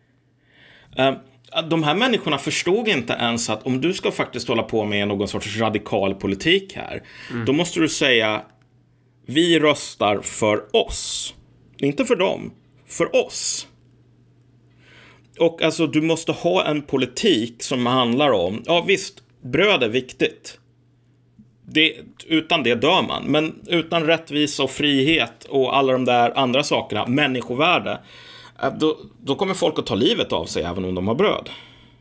Speaker 2: De här människorna förstod inte ens att om du ska faktiskt hålla på med någon sorts radikal politik här, då måste du säga vi röstar för oss. Inte för dem, för oss. Och alltså du måste ha en politik som handlar om, ja visst, bröd är viktigt. Utan det dör man. Men utan rättvisa och frihet och alla de där andra sakerna, människovärde, då kommer folk att ta livet av sig även om de har bröd.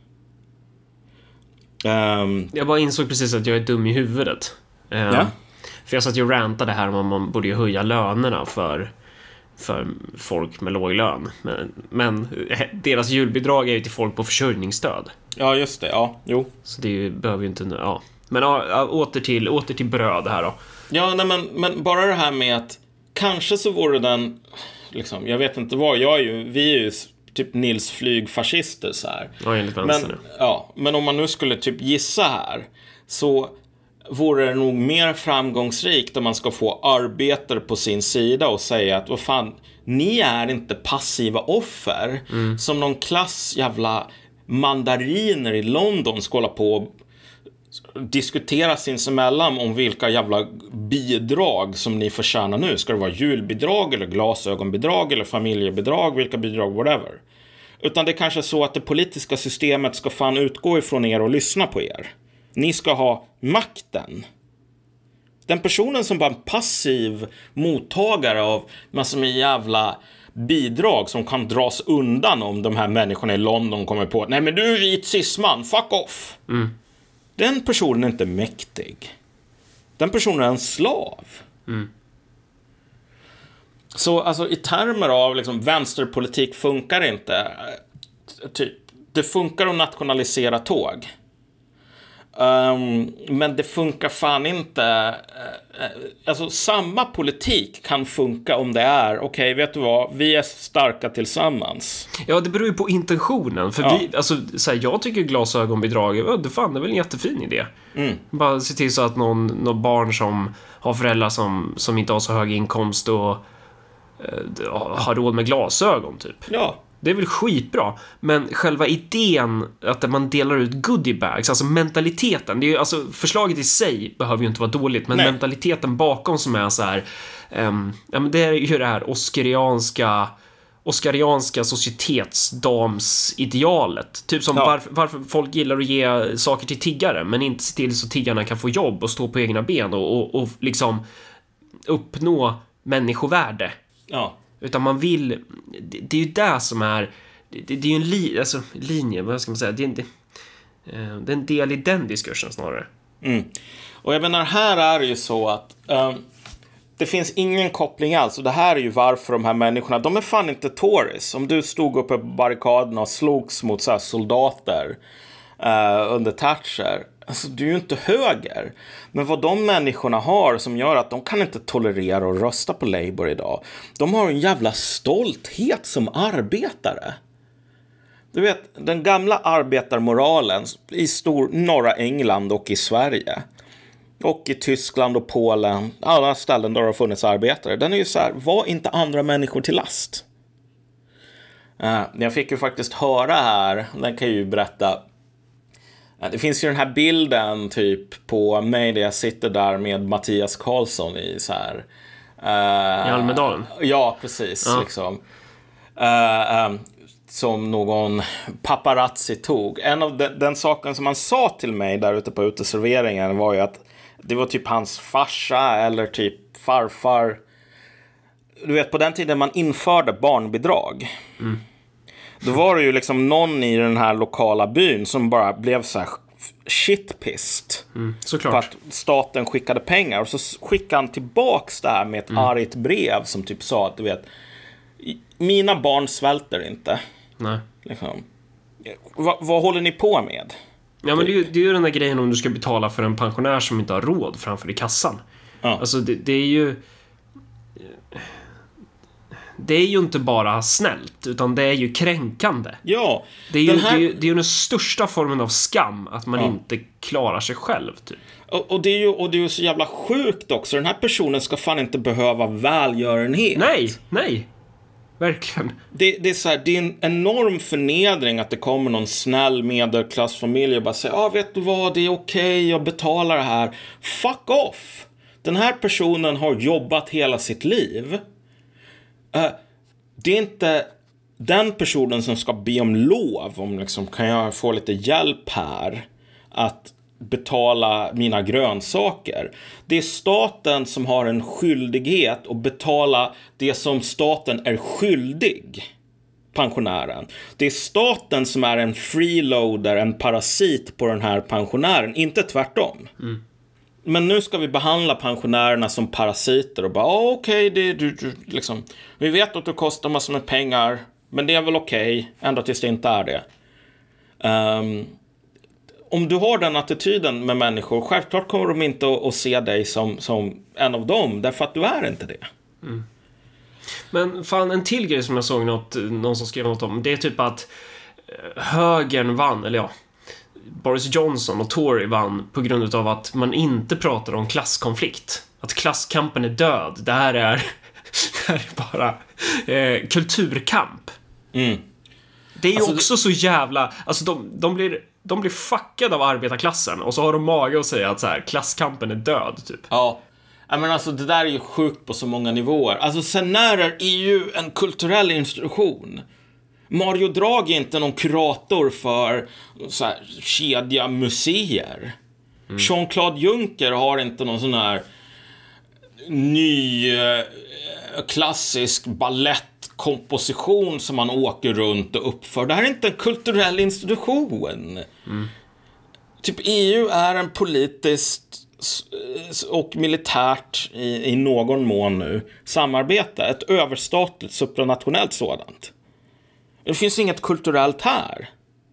Speaker 3: Jag bara insåg precis att jag är dum i huvudet.
Speaker 2: Ja.
Speaker 3: För jag satt ju och rantade här om man borde ju höja lönerna för folk med låg lön. Men deras julbidrag är ju till folk på försörjningsstöd.
Speaker 2: Ja, just det. Ja, jo.
Speaker 3: Så det behöver ju inte... Ja. Men åter till bröd här då.
Speaker 2: Ja, nej, men bara det här med att kanske så vore den... Liksom, jag vet inte vad, vi är ju typ Nils Flyg-fascister så här.
Speaker 3: Ja, enligt vänster nu.
Speaker 2: Ja, men om man nu skulle typ gissa här, så vore det nog mer framgångsrikt om man ska få arbetare på sin sida och säga att vad fan, ni är inte passiva offer som någon klass jävla mandariner i London ska hålla på och diskutera sinsemellan om vilka jävla bidrag som ni förtjänar nu. Ska det vara julbidrag eller glasögonbidrag eller familjebidrag, vilka bidrag, whatever. Utan det är kanske så att det politiska systemet ska fan utgå ifrån er och lyssna på er. Ni ska ha makten. Den personen som bara en passiv mottagare av massor med jävla bidrag som kan dras undan om de här människorna i London kommer på nej men du är vit cisman, fuck off. Den personen är inte mäktig. Den personen är en slav. Så alltså i termer av liksom, vänsterpolitik funkar inte. Typ, det funkar att nationalisera tåg. Men det funkar fan inte. Alltså samma politik kan funka om det är okej, vet du vad, vi är starka tillsammans.
Speaker 3: Ja, det beror ju på intentionen. För vi, alltså, så här, jag tycker glasögonbidrag, det är väl en jättefin idé. Bara se till så att någon barn som har föräldrar som inte har så hög inkomst och har råd med glasögon typ.
Speaker 2: Ja.
Speaker 3: Det är väl skitbra, men själva idén att man delar ut goodiebags, alltså mentaliteten, det är ju, alltså förslaget i sig behöver ju inte vara dåligt, men mentaliteten bakom som är så här, ja men det är ju det här oskarianska societetsdamsidealet, typ som varför folk gillar att ge saker till tiggare men inte se till så tiggarna kan få jobb och stå på egna ben och liksom uppnå människovärde.
Speaker 2: Ja.
Speaker 3: Utan man vill... Det är ju det som är... Det är ju en linje, vad ska man säga? Det är en del i den diskursen snarare.
Speaker 2: Och jag menar, här är det ju så att det finns ingen koppling alls. Och det här är ju varför de här människorna, de är fan inte Tories. Om du stod uppe på barrikaderna och slogs mot så här soldater under Thatcher, alltså du är ju inte höger. Men vad de människorna har som gör att de kan inte tolerera och rösta på Labour idag, de har en jävla stolthet som arbetare. Du vet, den gamla arbetarmoralen i norra England och i Sverige och i Tyskland och Polen, alla ställen där det har funnits arbetare, den är ju så här, var inte andra människor till last. Jag fick ju faktiskt höra här, den kan jag ju berätta. Det finns ju den här bilden typ på mig där jag sitter där med Mattias Karlsson i så här...
Speaker 3: I Almedalen?
Speaker 2: Ja, precis. Ja. Liksom. Som någon paparazzi tog. En av den saken som han sa till mig där ute på uteserveringen var ju att det var typ hans farsa eller typ farfar. Du vet, på den tiden man införde barnbidrag. Då var det ju liksom någon i den här lokala byn som bara blev så här shitpissed.
Speaker 3: Såklart.
Speaker 2: På att staten skickade pengar. Och så skickade han tillbaks det här med ett argt brev som typ sa att du vet, Mina barn svälter inte.
Speaker 3: Nej.
Speaker 2: Liksom. Vad håller ni på med?
Speaker 3: Ja, men det är ju den där grejen om du ska betala för en pensionär som inte har råd framför i kassan.
Speaker 2: Ja.
Speaker 3: Alltså det är ju... Det är ju inte bara snällt, utan det är ju kränkande.
Speaker 2: Ja.
Speaker 3: Det är ju den största formen av skam att man inte klarar sig själv, typ.
Speaker 2: Och det är ju så jävla sjukt också. Den här personen ska fan inte behöva välgörenhet.
Speaker 3: Nej. Verkligen.
Speaker 2: Det är så här, det är en enorm förnedring att det kommer någon snäll medelklassfamilj och bara säger, vet du vad, det är okej, jag betalar det här. Fuck off. Den här personen har jobbat hela sitt liv. Det är inte den personen som ska be om lov om liksom, kan jag få lite hjälp här att betala mina grönsaker. Det är staten som har en skyldighet att betala det som staten är skyldig pensionären. Det är staten som är en freeloader, en parasit på den här pensionären, inte tvärtom. Men nu ska vi behandla pensionärerna som parasiter och bara, okej, liksom, vi vet att det kostar massor med pengar, men det är väl okej, ända tills det inte är det. Om du har den attityden med människor, självklart kommer de inte att se dig som en av dem, därför att du är inte det.
Speaker 3: Men fan, en till grej som jag såg någon som skrev något om, det är typ att högern vann, eller ja, Boris Johnson och Tory vann på grund av att man inte pratar om klasskonflikt. Att klasskampen är död. Det här är bara kulturkamp. Det är ju alltså, också så jävla... Alltså de blir fuckade av arbetarklassen och så har de mage att säga att så här, klasskampen är död, typ.
Speaker 2: Ja, men alltså det där är ju sjukt på så många nivåer. Alltså sen när är EU en kulturell institution? Mario Draghi är inte någon kurator för så här, kedja museer. Jean-Claude Juncker har inte någon sån här ny klassisk ballettkomposition som man åker runt och uppför. Det här är inte en kulturell institution. Typ EU är en politiskt och militärt i någon mån nu samarbete. Ett överstatligt, supranationellt sådant. Det finns inget kulturellt här.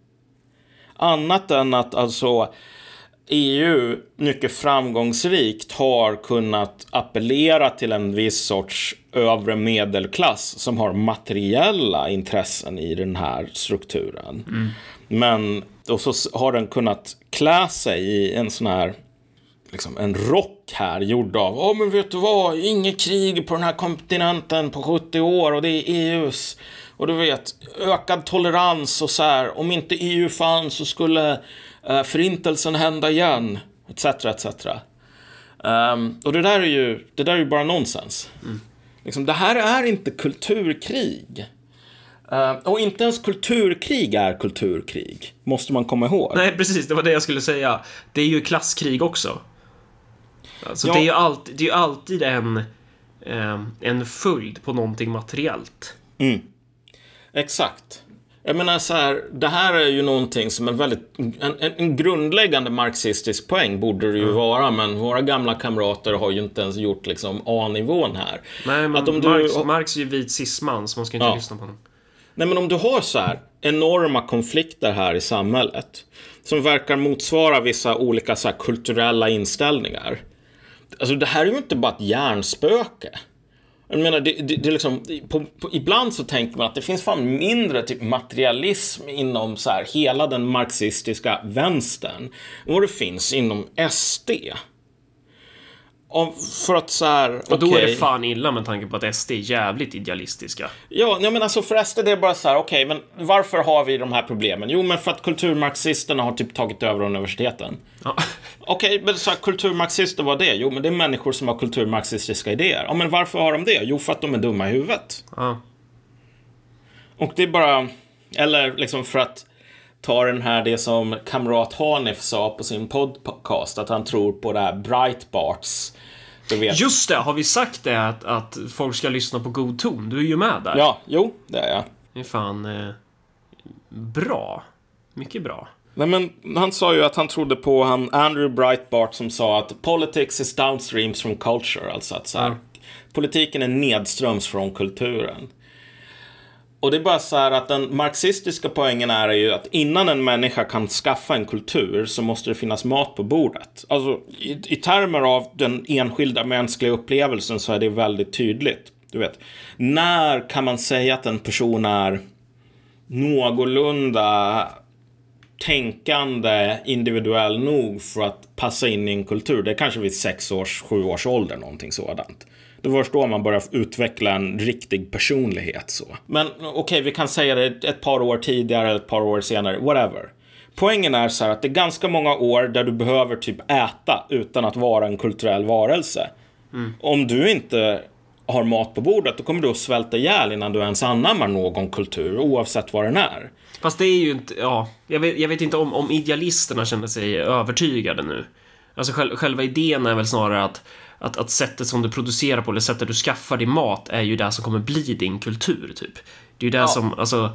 Speaker 2: Annat än att alltså EU mycket framgångsrikt har kunnat appellera till en viss sorts övre medelklass som har materiella intressen i den här strukturen. Men och så har den kunnat klä sig i en sån här liksom en rock här gjord av men vet du vad, inget krig på den här kontinenten på 70 år och det är EUs. Och du vet, ökad tolerans och så här. Om inte EU fanns så skulle förintelsen hända igen. Etc, etc. Och det där är ju bara nonsens. Liksom, det här är inte kulturkrig. Och inte ens kulturkrig är kulturkrig. Måste man komma ihåg.
Speaker 3: Nej, precis. Det var det jag skulle säga. Det är ju klasskrig också. Alltså, det är ju alltid en följd på någonting materiellt.
Speaker 2: Exakt. Jag menar så här, det här är ju någonting som är väldigt en grundläggande marxistisk poäng borde det ju vara, men våra gamla kamrater har ju inte ens gjort liksom A-nivån här.
Speaker 3: Nej, men att Marx är ju vit cisman, så man ska inte lyssna på honom.
Speaker 2: Nej, men om du har så här enorma konflikter här i samhället som verkar motsvara vissa olika så här kulturella inställningar. Alltså det här är ju inte bara ett hjärnspöke. Jag menar, det är liksom, ibland så tänker man att det finns fan mindre typ materialism inom så här, hela den marxistiska vänstern än vad det finns inom SD. Och för att så här,
Speaker 3: och då är det fan illa med tanke på att SD är jävligt idealistiska.
Speaker 2: Ja, men alltså för SD det är bara så här, okej, men varför har vi de här problemen? Jo, men för att kulturmarxisterna har typ tagit över universiteten. Ja. Okej, men så här, kulturmarxister, vad det? Jo, men det är människor som har kulturmarxistiska idéer. Ja, men varför har de det? Jo, för att de är dumma i huvudet.
Speaker 3: Ja.
Speaker 2: Och det är bara, eller liksom för att ta den här, det som kamrat Hanif sa på sin podcast, att han tror på det här Breitbarts.
Speaker 3: Just det, har vi sagt det att folk ska lyssna på god ton? Du är ju med där.
Speaker 2: Ja, jo, det är jag.
Speaker 3: Det är fan bra. Mycket bra.
Speaker 2: Nej, men han sa ju att han trodde på Andrew Breitbart som sa att politics is downstreams from culture, alltså att så här, politiken är nedströms från kulturen. Och det är bara så här att den marxistiska poängen är ju att innan en människa kan skaffa en kultur så måste det finnas mat på bordet. Alltså i termer av den enskilda mänskliga upplevelsen så är det väldigt tydligt. Du vet, när kan man säga att en person är någorlunda tänkande individuell nog för att passa in i en kultur? Det är kanske vid 6-7 års ålder, någonting sådant. Det var då man börjar utveckla en riktig personlighet så. Men okej, vi kan säga det ett par år tidigare eller ett par år senare, whatever. Poängen är så här att det är ganska många år där du behöver typ äta utan att vara en kulturell varelse. Om du inte har mat på bordet, då kommer du att svälta ihjäl innan du ens anammar någon kultur, oavsett vad den är.
Speaker 3: Fast det är ju inte, ja, jag vet inte om idealisterna känner sig övertygade nu. Alltså själva idén är väl snarare att sättet som du producerar på eller sättet du skaffar din mat är ju det som kommer bli din kultur typ. Det är ju det som, alltså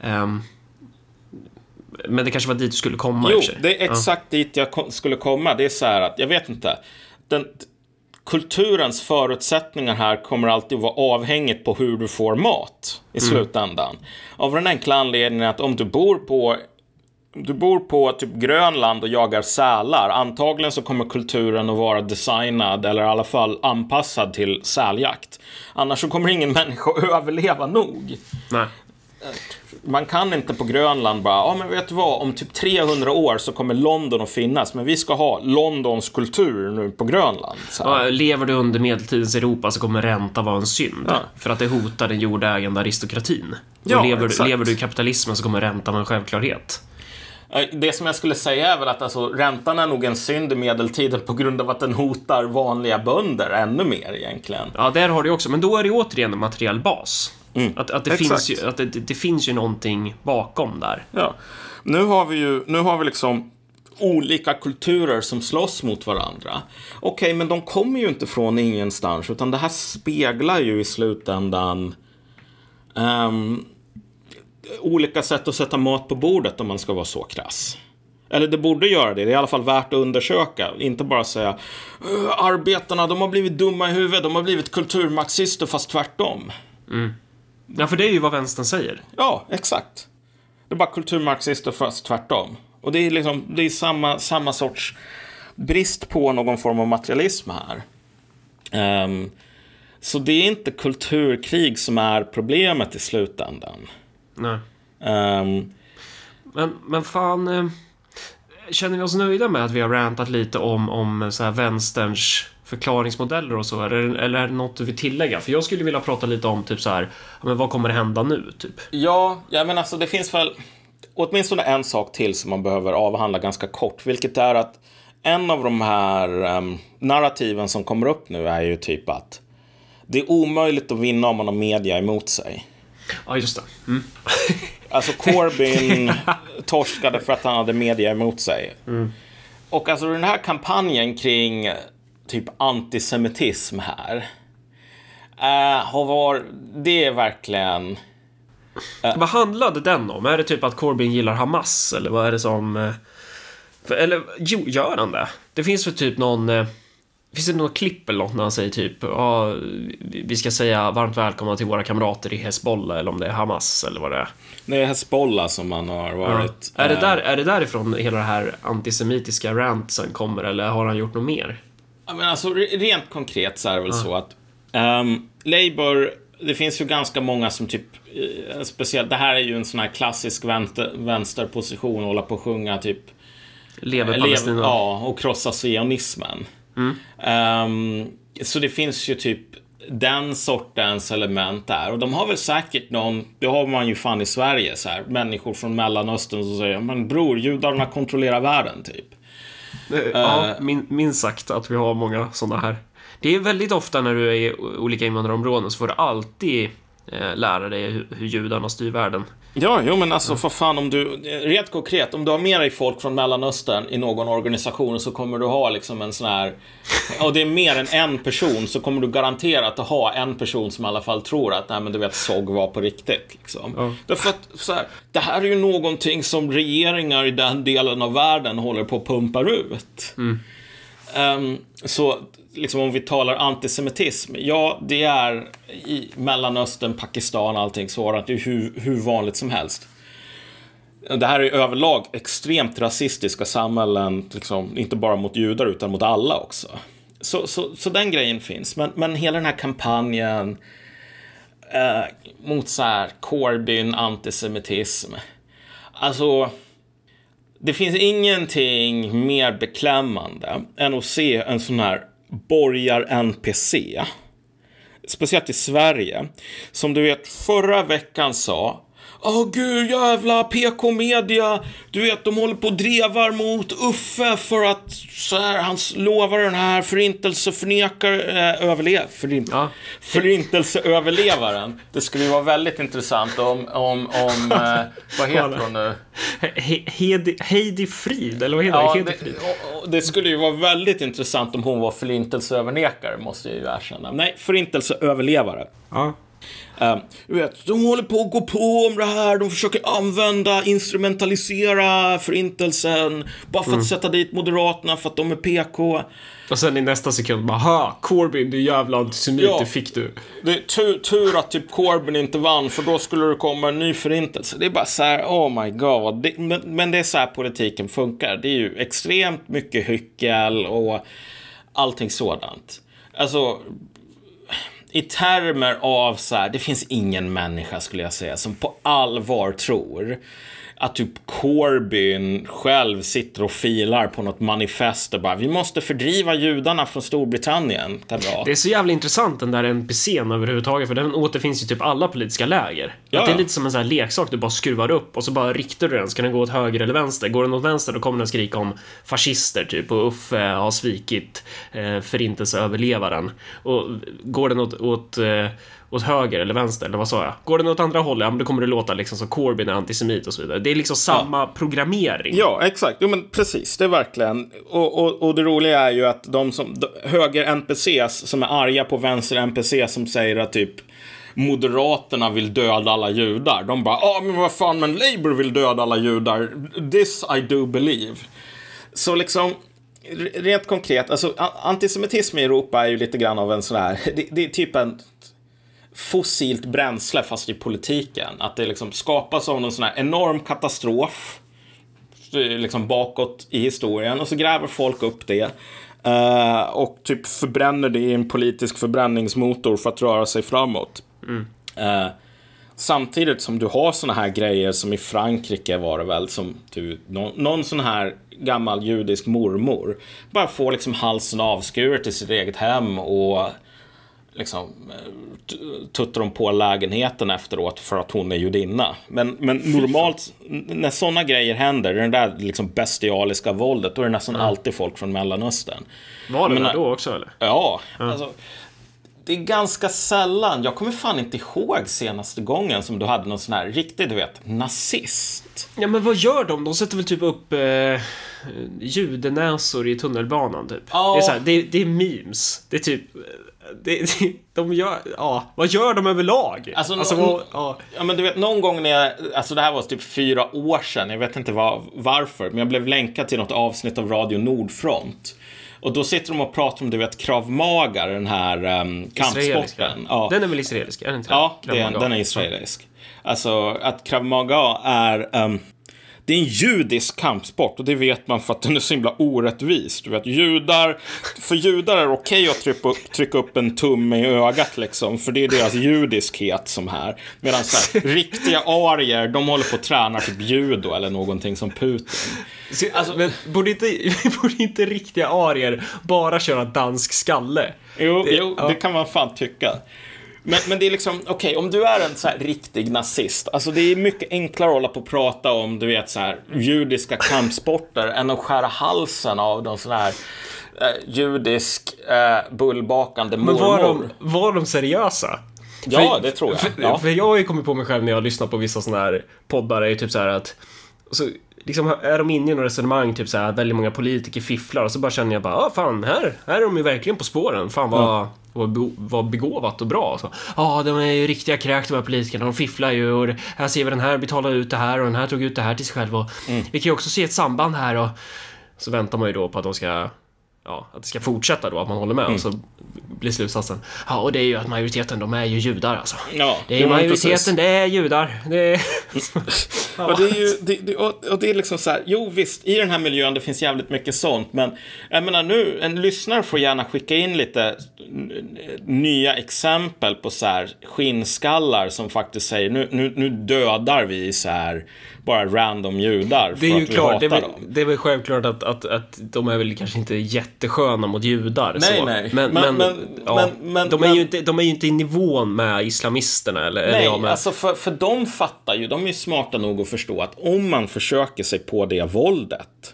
Speaker 3: men det kanske var dit du skulle komma.
Speaker 2: Jo, det är exakt dit jag skulle komma. Det är så här att, jag vet inte, kulturens förutsättningar här kommer alltid att vara avhängigt på hur du får mat i slutändan. Av den enkla anledningen att om du bor på typ Grönland och jagar sälar, antagligen så kommer kulturen att vara designad eller i alla fall anpassad till säljakt. Annars så kommer ingen människa att överleva nog.
Speaker 3: Nej.
Speaker 2: Man kan inte på Grönland bara, men vet du vad, om typ 300 år så kommer London att finnas, men vi ska ha Londons kultur nu på Grönland.
Speaker 3: Ja, lever du under medeltidens Europa så kommer ränta vara en synd. Ja. För att det hotar den jordägande aristokratin.
Speaker 2: Ja,
Speaker 3: lever du i kapitalismen så kommer ränta vara en självklarhet.
Speaker 2: Det som jag skulle säga är väl att alltså, räntan är nog en synd i medeltiden på grund av att den hotar vanliga bönder ännu mer egentligen.
Speaker 3: Ja, där har du också, men då är det återigen en materiell bas. Att det finns ju någonting bakom där.
Speaker 2: Ja. Nu har vi liksom olika kulturer som slåss mot varandra. Okej, men de kommer ju inte från ingenstans, utan det här speglar ju i slutändan olika sätt att sätta mat på bordet, om man ska vara så krass. Eller det borde göra det. Det är i alla fall värt att undersöka. Inte bara säga arbetarna, de har blivit dumma i huvudet, de har blivit kulturmarxister, fast tvärtom.
Speaker 3: Ja, för det är ju vad vänstern säger.
Speaker 2: Ja, exakt. Det är bara kulturmarxister fast tvärtom. Och det är liksom, det är samma sorts brist på någon form av materialism här. Så det är inte kulturkrig som är problemet i slutändan.
Speaker 3: Nej. Men fan, känner vi oss nöjda med att vi har rantat lite om så här vänsterns förklaringsmodeller och så, eller är det något du vill tillägga? För jag skulle vilja prata lite om typ så här, men vad kommer hända nu typ?
Speaker 2: Ja, men alltså det finns väl åtminstone en sak till som man behöver avhandla ganska kort, vilket är att en av de här narrativen som kommer upp nu är ju typ att det är omöjligt att vinna om man har media emot sig.
Speaker 3: Ja, just det.
Speaker 2: Alltså Corbyn torskade för att han hade media emot sig. Och alltså den här kampanjen kring typ antisemitism här det är verkligen
Speaker 3: vad handlade den om? Är det typ att Corbyn gillar Hamas? Eller vad är det som eller, gör han det? Det finns väl typ finns det något klipp eller något när han säger typ vi ska säga varmt välkomna till våra kamrater i Hezbollah, eller om det är Hamas eller vad det är.
Speaker 2: Det är Hezbollah som han har varit.
Speaker 3: Ja. Är det därifrån hela det här antisemitiska rantsen kommer, eller har han gjort något mer?
Speaker 2: Ja, men alltså rent konkret så är det väl så att Labour, det finns ju ganska många som typ speciellt, det här är ju en sån här klassisk vänsterposition, hålla på att sjunga typ
Speaker 3: lever Palestina.
Speaker 2: Ja, och krossa sionismen. Så det finns ju typ den sortens element där. Och de har väl säkert det har man ju fan i Sverige så här, människor från Mellanöstern som säger, men bror, judarna kontrollerar världen typ.
Speaker 3: Ja, minst sagt att vi har många sådana här. Det är väldigt ofta när du är i olika invandrarområden så får du alltid lära dig hur judarna styr världen.
Speaker 2: Ja, men alltså för fan, om du rent konkret, om du har med dig folk från Mellanöstern i någon organisation, så kommer du ha liksom en sån här, och det är mer än en person, så kommer du garanterat att ha en person som i alla fall tror att nej, men du vet, SOG var på riktigt liksom. Därför att så här, det här är ju någonting som regeringar i den delen av världen håller på att pumpa ut. Så liksom om vi talar antisemitism, ja, det är i Mellanöstern, Pakistan, allting sådant, det är hur vanligt som helst. Det här är överlag extremt rasistiska samhällen, liksom, inte bara mot judar utan mot alla också. Så den grejen finns. Men hela den här kampanjen mot så här Corbyn, antisemitism. Alltså, det finns ingenting mer beklämmande än att se en sån här borgar-NPC, speciellt i Sverige, som du vet förra veckan sa: gud jävla PK-media, du vet de håller på och drevar mot Uffe för att så här, han lovar den här förintelseöverlevaren. Det skulle ju vara väldigt intressant om vad heter hon nu?
Speaker 3: Heidi Frid, eller vad heter det?
Speaker 2: Det skulle ju vara väldigt intressant om hon var förintelseövernekare, måste jag ju erkänna. Nej, förintelseöverlevare.
Speaker 3: Ja.
Speaker 2: Du vet, de håller på att gå på om det här. De försöker instrumentalisera förintelsen bara för att sätta dit Moderaterna för att de är PK.
Speaker 3: Och sen i nästa sekund bara, Corbyn, du jävla antisemit, det fick du.
Speaker 2: Det är tur att typ Corbyn inte vann, för då skulle det komma en ny förintelse. Det är bara så här, oh my god. Men det är så här politiken funkar. Det är ju extremt mycket hyckel och allting sådant. Alltså, i termer av så här, det finns ingen människa, skulle jag säga, som på allvar tror att typ Corbyn själv sitter och filar på något manifest och bara, vi måste fördriva judarna från Storbritannien.
Speaker 3: Det är så jävla intressant, den där NPC:n överhuvudtaget, för den återfinns ju typ alla politiska läger. Ja. Att det är lite som en sån här leksak du bara skruvar upp och så bara riktar du den. Ska den gå åt höger eller vänster? Går den åt vänster, då kommer den skrika om fascister typ, och Uffe har svikit förintelseöverlevaren. Och går den åt höger eller vänster, eller vad sa jag? Går den åt andra hållet, ja, men då kommer det låta liksom som Corbyn är antisemit och så vidare. Det är liksom samma programmering.
Speaker 2: Ja, exakt. Jo, men precis, det är verkligen. Och det roliga är ju att de höger-NPCs som är arga på vänster-NPC som säger att typ Moderaterna vill döda alla judar. De bara, men vad fan, men Labour vill döda alla judar. This I do believe. Så liksom, rent konkret, alltså antisemitism i Europa är ju lite grann av en sån här, det är typ en fossilt bränsle fast i politiken. Att det liksom skapas av någon sån här enorm katastrof liksom bakåt i historien, och så gräver folk upp det och typ förbränner det i en politisk förbränningsmotor för att röra sig framåt. Samtidigt som du har såna här grejer som i Frankrike var det väl, som någon sån här gammal judisk mormor bara får liksom halsen avskuren till sitt eget hem och liksom tuttar de på lägenheten efteråt för att hon är judinna. Men normalt när såna grejer händer, den där liksom bestialiska våldet, då är det nästan alltid folk från Mellanöstern.
Speaker 3: Var det då också eller?
Speaker 2: Ja, alltså det är ganska sällan. Jag kommer fan inte ihåg senaste gången som du hade någon sån här riktig, du vet, nazist.
Speaker 3: Ja, men vad gör de? De sätter väl typ upp judenäsor i tunnelbanan typ.
Speaker 2: Ja.
Speaker 3: Det är så här, det är memes. Det är typ de gör, vad gör de överlag?
Speaker 2: Ja, men du vet, någon gång alltså det här var typ 4 år sedan, jag vet inte varför, men jag blev länkad till något avsnitt av Radio Nordfront. Och då sitter de och pratar om, du vet, Krav Maga, den här kampsporten.
Speaker 3: Ja. Den är väl israelisk, är den inte?
Speaker 2: Ja, den är israelisk. Alltså, att Krav Maga är det är en judisk kampsport, och det vet man för att den är så himla orättvis. Du vet, för judar är det okej att trycka upp en tumme i ögat liksom, för det är deras judiskhet som här. Medan så här, riktiga arier, de håller på att träna typ judo eller någonting som Putin.
Speaker 3: Alltså, men borde inte riktiga arier bara köra dansk skalle?
Speaker 2: Jo, det kan man fan tycka. Men det är liksom, okej, om du är en så här riktig nazist, alltså det är mycket enklare att hålla på och prata om, du vet, så här judiska kampsporter än att skära halsen av de sån här judisk bullbakande mormor.
Speaker 3: Men var de seriösa?
Speaker 2: Ja, det tror jag.
Speaker 3: För jag har ju kommit på mig själv när jag lyssnar på vissa såna här poddar, är ju typ så här att så liksom är de inne i någon resonemang typ så här, väldigt många politiker fifflar, och så bara känner jag bara, fan, här är de ju verkligen på spåren. Fan vad begåvat och bra. De är ju riktiga kräk, de här politikerna. De fifflar ju, och här ser vi den här betalar ut det här, och den här tog ut det här till sig själv, och vi kan ju också se ett samband här, och så väntar man ju då på att de ska att det ska fortsätta då, att man håller med. Och så blir slutsatsen, och det är ju att majoriteten, de är ju judar alltså.
Speaker 2: Ja,
Speaker 3: det är majoriteten, precis. Det är judar. Det är...
Speaker 2: Och det är ju, och det är liksom så här, jo visst, i den här miljön det finns jävligt mycket sånt, men jag menar nu, en lyssnare får gärna skicka in lite nya exempel på så här skinnskallar som faktiskt säger, nu dödar vi så här bara random judar för
Speaker 3: det är ju
Speaker 2: att vi
Speaker 3: klart,
Speaker 2: hatar dem.
Speaker 3: det är väl självklart att de är väl kanske inte jättesköna mot judar.
Speaker 2: Nej,
Speaker 3: så.
Speaker 2: nej.
Speaker 3: Men de är ju inte i nivån med islamisterna.
Speaker 2: Nej, alltså för de fattar ju, de är smarta nog att förstå att om man försöker sig på det våldet,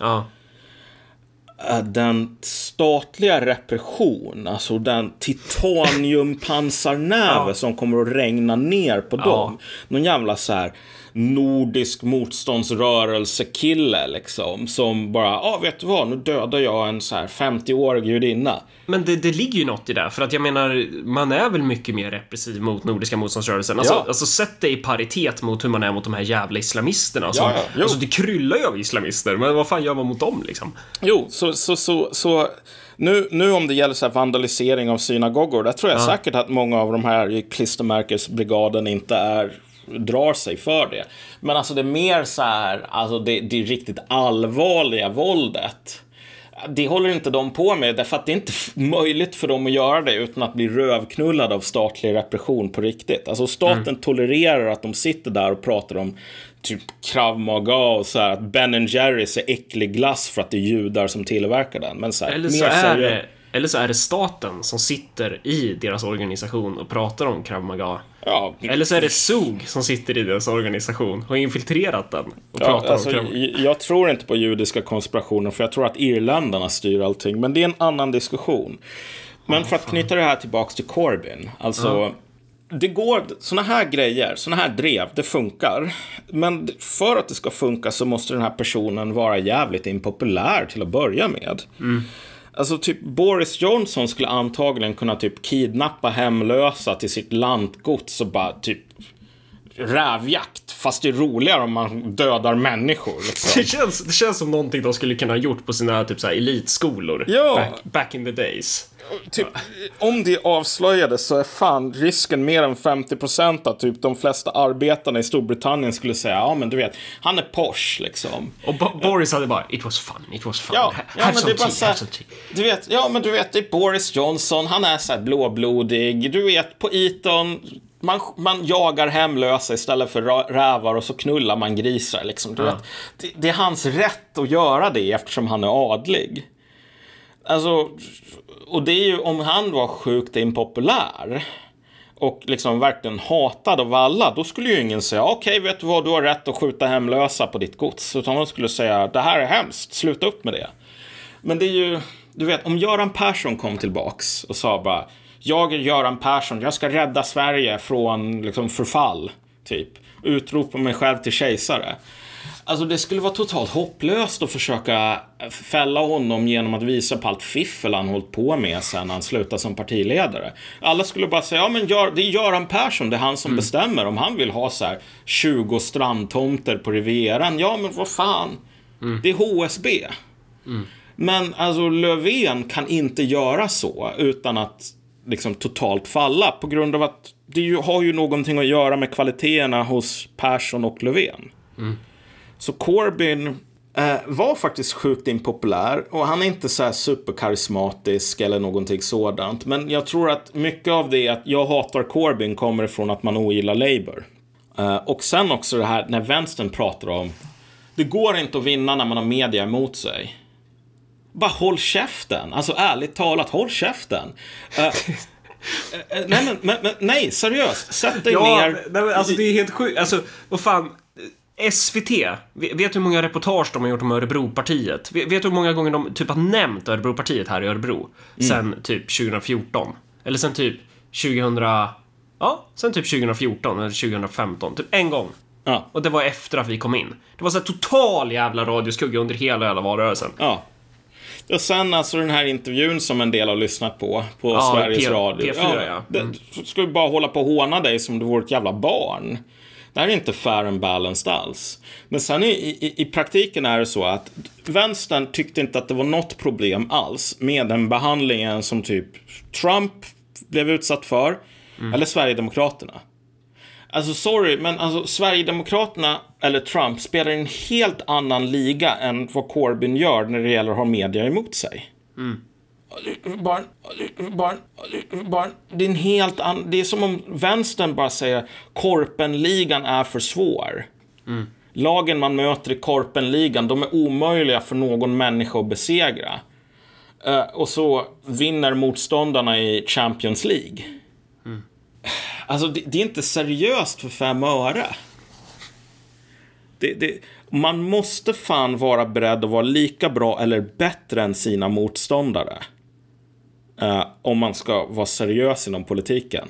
Speaker 2: den statliga repression, alltså den titaniumpansarnäve som kommer att regna ner på dem, någon jävla så här nordisk motståndsrörelsekille liksom, som bara, vet du vad, nu dödar jag en så här 50-årig judinna.
Speaker 3: Men det ligger ju något i det, för att jag menar, man är väl mycket mer repressiv mot nordiska motståndsrörelsen. Alltså sätt det i paritet mot hur man är mot de här jävla islamisterna. Alltså det kryllar ju av islamister, men vad fan gör man mot dem liksom?
Speaker 2: Jo, så nu om det gäller så här vandalisering av synagogor, där tror jag säkert att många av de här i klistermärkesbrigaden inte drar sig för det. Men alltså det är mer så här, alltså det riktigt allvarliga våldet, det håller inte de på med, därför att det är inte möjligt för dem att göra det utan att bli rövknullade av statlig repression på riktigt. Alltså staten tolererar att de sitter där och pratar om typ Krav Maga och så här, att Ben & Jerry's är äcklig glass för att det är judar som tillverkar den. Men så här,
Speaker 3: eller så är det staten som sitter i deras organisation och pratar om Krav Maga. Ja. Eller så är det SOG som sitter i deras organisation och har infiltrerat den och pratar om Krav Maga.
Speaker 2: Jag tror inte på judiska konspirationer, för jag tror att irländarna styr allting. Men det är en annan diskussion. Men för att knyta det här tillbaks till Corbyn. Alltså, det går, såna här grejer, såna här drev, det funkar. Men för att det ska funka så måste den här personen vara jävligt impopulär till att börja med. Alltså typ Boris Johnson skulle antagligen kunna typ kidnappa hemlösa till sitt lantgods och bara typ rävjakt, fast det är roligare om man dödar människor liksom.
Speaker 3: Det känns som någonting de skulle kunna ha gjort på sina typ så här elitskolor back in the days.
Speaker 2: Typ, om det avslöjades så är fan risken mer än 50% att typ de flesta arbetarna i Storbritannien skulle säga, men du vet, han är posh liksom.
Speaker 3: Och Boris hade bara, it was fun.
Speaker 2: Ja, men det är bara så här, du vet, det är Boris Johnson, han är så här blåblodig, du vet, på Eton man jagar hemlösa istället för rävar och så knullar man grisar liksom. Du vet, det är hans rätt att göra det eftersom han är adlig. Alltså, och det är ju, om han var sjukt impopulär och liksom verkligen hatad av alla, då skulle ju ingen säga, okej, vet du vad, du har rätt att skjuta hemlösa på ditt gods. Utan man skulle säga, det här är hemskt, sluta upp med det. Men det är ju, du vet, om Göran Persson kom tillbaks och sa bara, jag är Göran Persson, jag ska rädda Sverige från liksom förfall, typ, utropa mig själv till kejsare. Alltså det skulle vara totalt hopplöst att försöka fälla honom genom att visa på allt fiffel han hållit på med sen han slutade som partiledare. Alla skulle bara säga, men det är Göran Persson, det är han som bestämmer. Om han vill ha så här 20 strandtomter på Rivieran, men vad fan, det är HSB. Men alltså Löfven kan inte göra så utan att liksom totalt falla, på grund av att det har ju någonting att göra med kvaliteterna hos Persson och Löfven. Så Corbyn var faktiskt sjukt impopulär, och han är inte så här superkarismatisk eller någonting sådant, men jag tror att mycket av det att jag hatar Corbyn kommer ifrån att man ogillar Labour. Och sen också det här när vänstern pratar om, det går inte att vinna när man har media emot sig. Bara håll käften. Alltså ärligt talat, håll käften. Nej, seriöst. Sätt dig ner.
Speaker 3: Nej, men alltså det är helt sjukt. Alltså, vad fan. SVT, vet du hur många reportage de har gjort om Örebropartiet? Vet du hur många gånger de typ har nämnt Örebropartiet här i Örebro? Sen typ 2014. Eller sen typ 2014 eller 2015. Typ en gång.
Speaker 2: Ja.
Speaker 3: Och det var efter att vi kom in. Det var så här total jävla radioskugga under hela valrörelsen.
Speaker 2: Ja. Och sen alltså den här intervjun som en del har lyssnat på Sveriges Radio.
Speaker 3: P4,
Speaker 2: ska vi bara hålla på och håna dig som du vore ett jävla barn. Det här är inte fair and balanced alls. Men sen i praktiken är det så att vänstern tyckte inte att det var något problem alls med den behandlingen som typ Trump blev utsatt för, eller Sverigedemokraterna. Alltså sorry, men alltså Sverigedemokraterna eller Trump spelar en helt annan liga än vad Corbyn gör när det gäller att ha media emot sig. Barn. Det är en helt det är som om vänstern bara säger Korpenligan är för svår. Lagen man möter i Korpenligan, de är omöjliga för någon människa att besegra. Och så vinner motståndarna i Champions League. Alltså det är inte seriöst för 5 öre. Man måste fan vara beredd att vara lika bra eller bättre än sina motståndare. Om man ska vara seriös inom politiken.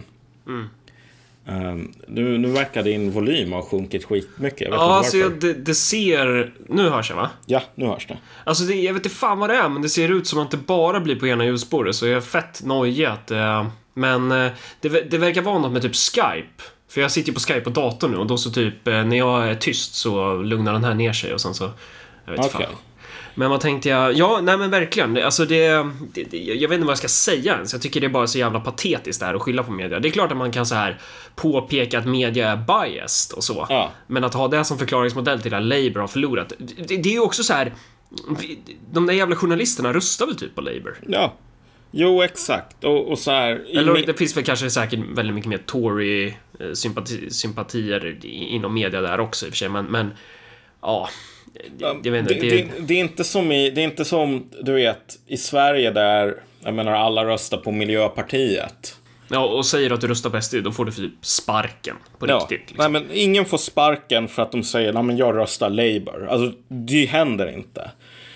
Speaker 2: Nu verkar din volym ha sjunkit skitmycket. Jag vet inte
Speaker 3: alltså
Speaker 2: varför.
Speaker 3: det ser... Nu hörs jag, va?
Speaker 2: Ja, nu hörs det.
Speaker 3: Alltså jag vet inte fan vad det är, men det ser ut som att det bara blir på ena ljusspåret, så jag är fett nojig att... Men det verkar vara något med typ Skype. För jag sitter ju på Skype på datorn nu, och då så typ när jag är tyst så lugnar den här ner sig och sen så... Jag vet fan. Men vad tänkte jag? Ja, nej men verkligen. Alltså jag vet inte vad jag ska säga ens. Jag tycker det är bara så jävla patetiskt där att skylla på media. Det är klart att man kan så här påpeka att media är biased och så. Ja. Men att ha det som förklaringsmodell till att Labour har förlorat. Det är ju också så här... De där jävla journalisterna röstar väl typ på Labour?
Speaker 2: Ja. Jo, exakt. Och så här...
Speaker 3: Eller det finns väl kanske säkert väldigt mycket mer Tory-sympatier inom media där också i och för sig. Men ja... Jag vet inte,
Speaker 2: det är inte som du vet i Sverige där jag menar alla röstar på Miljöpartiet.
Speaker 3: Ja, och säger att du röstar på SD, då får du typ sparken på riktigt liksom.
Speaker 2: Nej, men ingen får sparken för att de säger nej men jag röstar Labour. Alltså det händer inte.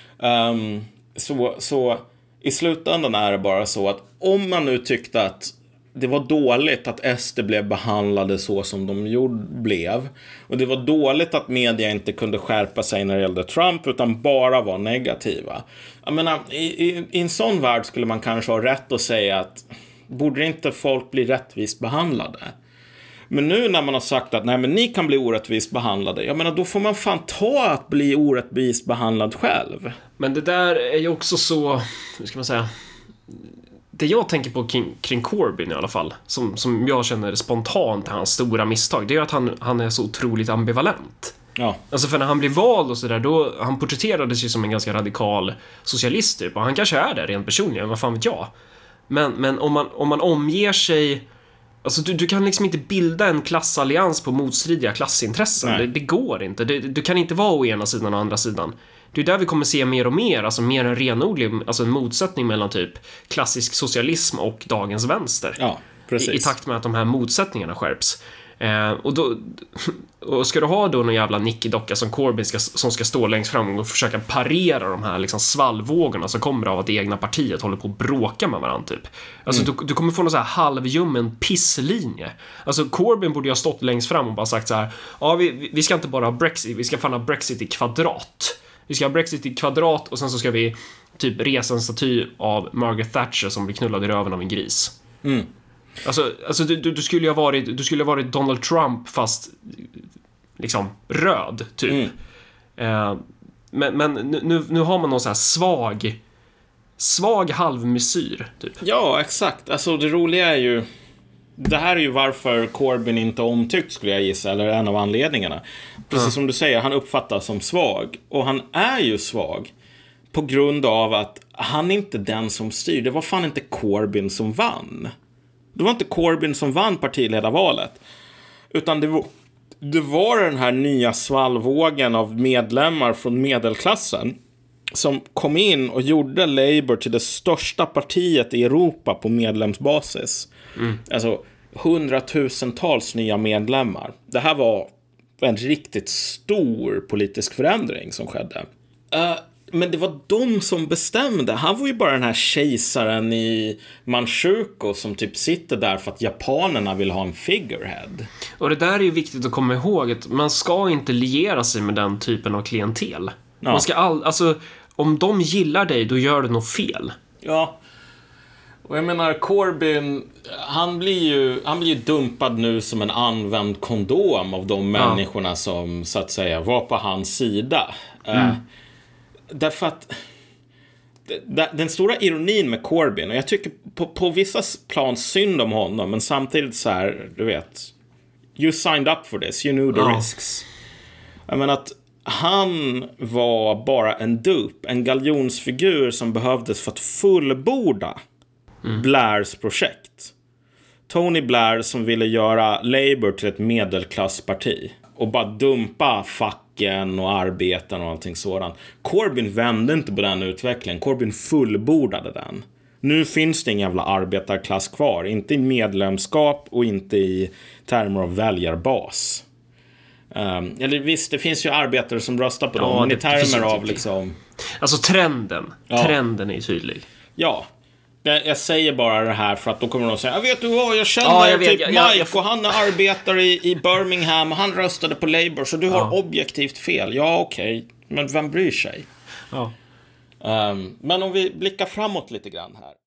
Speaker 2: Så i slutändan är det bara så att om man nu tyckte att det var dåligt att SD blev behandlade så som de blev. Och det var dåligt att media inte kunde skärpa sig när det gällde Trump utan bara var negativa. Jag menar, i en sån värld skulle man kanske ha rätt att säga att borde inte folk bli rättvist behandlade? Men nu när man har sagt att nej men ni kan bli orättvist behandlade, jag menar då får man fan ta att bli orättvist behandlad själv.
Speaker 3: Men det där är ju också så, hur ska man säga... Det jag tänker på kring Corbyn i alla fall, som jag känner spontant är hans stora misstag, det är att han är så otroligt ambivalent.
Speaker 2: Ja.
Speaker 3: Alltså för när han blir vald och sådär, då han porträtterades ju som en ganska radikal socialist typ, och han kanske är det rent personligen, vad fan vet jag. Men om man omger sig, alltså du kan liksom inte bilda en klassallians på motstridiga klassintressen. Det går inte. Du kan inte vara å ena sidan och andra sidan. Det är där vi kommer se mer och mer, alltså mer en renodlig, alltså en motsättning mellan typ klassisk socialism och dagens vänster.
Speaker 2: Ja, precis.
Speaker 3: I takt med att de här motsättningarna skärps. Och ska du ha då någon jävla Nicky-docka som Corbyn som ska stå längst fram och försöka parera de här liksom svallvågorna som kommer av att det egna partiet håller på att bråka med varandra typ. Alltså du kommer få någon så här halvljummen pisslinje. Alltså Corbyn borde ju ha stått längst fram och bara sagt så här: ja, vi ska inte bara ha Brexit, vi ska fan ha Brexit i kvadrat. Vi ska ha Brexit i kvadrat och sen så ska vi typ resa en staty av Margaret Thatcher som blir knullad i röven av en gris. Alltså du skulle ju ha varit Donald Trump fast liksom röd typ. Men nu har man någon så här svag halvmesyr typ.
Speaker 2: Ja, exakt. Alltså det roliga är ju, det här är ju varför Corbyn inte omtyckt skulle jag gissa, eller en av anledningarna. Precis som du säger, han uppfattas som svag. Och han är ju svag på grund av att han inte är den som styr. Det var fan inte Corbyn som vann. Det var inte Corbyn som vann partiledarvalet. Utan det var den här nya svallvågen av medlemmar från medelklassen som kom in och gjorde Labour till det största partiet i Europa på medlemsbasis. Alltså 100,000-tals nya medlemmar. Det här var en riktigt stor politisk förändring som skedde. Men det var de som bestämde. Han var ju bara den här kejsaren i Manchukuo som typ sitter där för att japanerna vill ha en figurehead.
Speaker 3: Och det där är ju viktigt att komma ihåg, att man ska inte liera sig med den typen av klientel. Man ska alltså om de gillar dig, då gör du något fel.
Speaker 2: Ja. Och jag menar, Corbyn, han blir ju dumpad nu som en använd kondom av de människorna som så att säga var på hans sida. Därför att den stora ironin med Corbyn, och jag tycker på vissa plan synd om honom, men samtidigt så här, du vet, you signed up for this, you knew the risks. Jag menar att han var bara en dupe, en galjonsfigur som behövdes för att fullborda Blairs projekt. Tony Blair som ville göra Labour till ett medelklassparti och bara dumpa facken och arbeten och allting sådant. Corbyn vände inte på den utvecklingen. Corbyn fullbordade den. Nu finns det ingen jävla arbetarklass kvar. Inte i medlemskap och inte i termer av väljarbas. Eller visst, det finns ju arbetare som röstar på dem, men i termer av liksom...
Speaker 3: Alltså trenden är tydlig.
Speaker 2: Ja. Jag säger bara det här för att då kommer de att säga, vet du vad, jag känner typ Mike och han är arbetare i Birmingham och han röstade på Labour, så du har objektivt fel. Ja, okej. Men vem bryr sig?
Speaker 3: Ja.
Speaker 2: Men om vi blickar framåt lite grann här.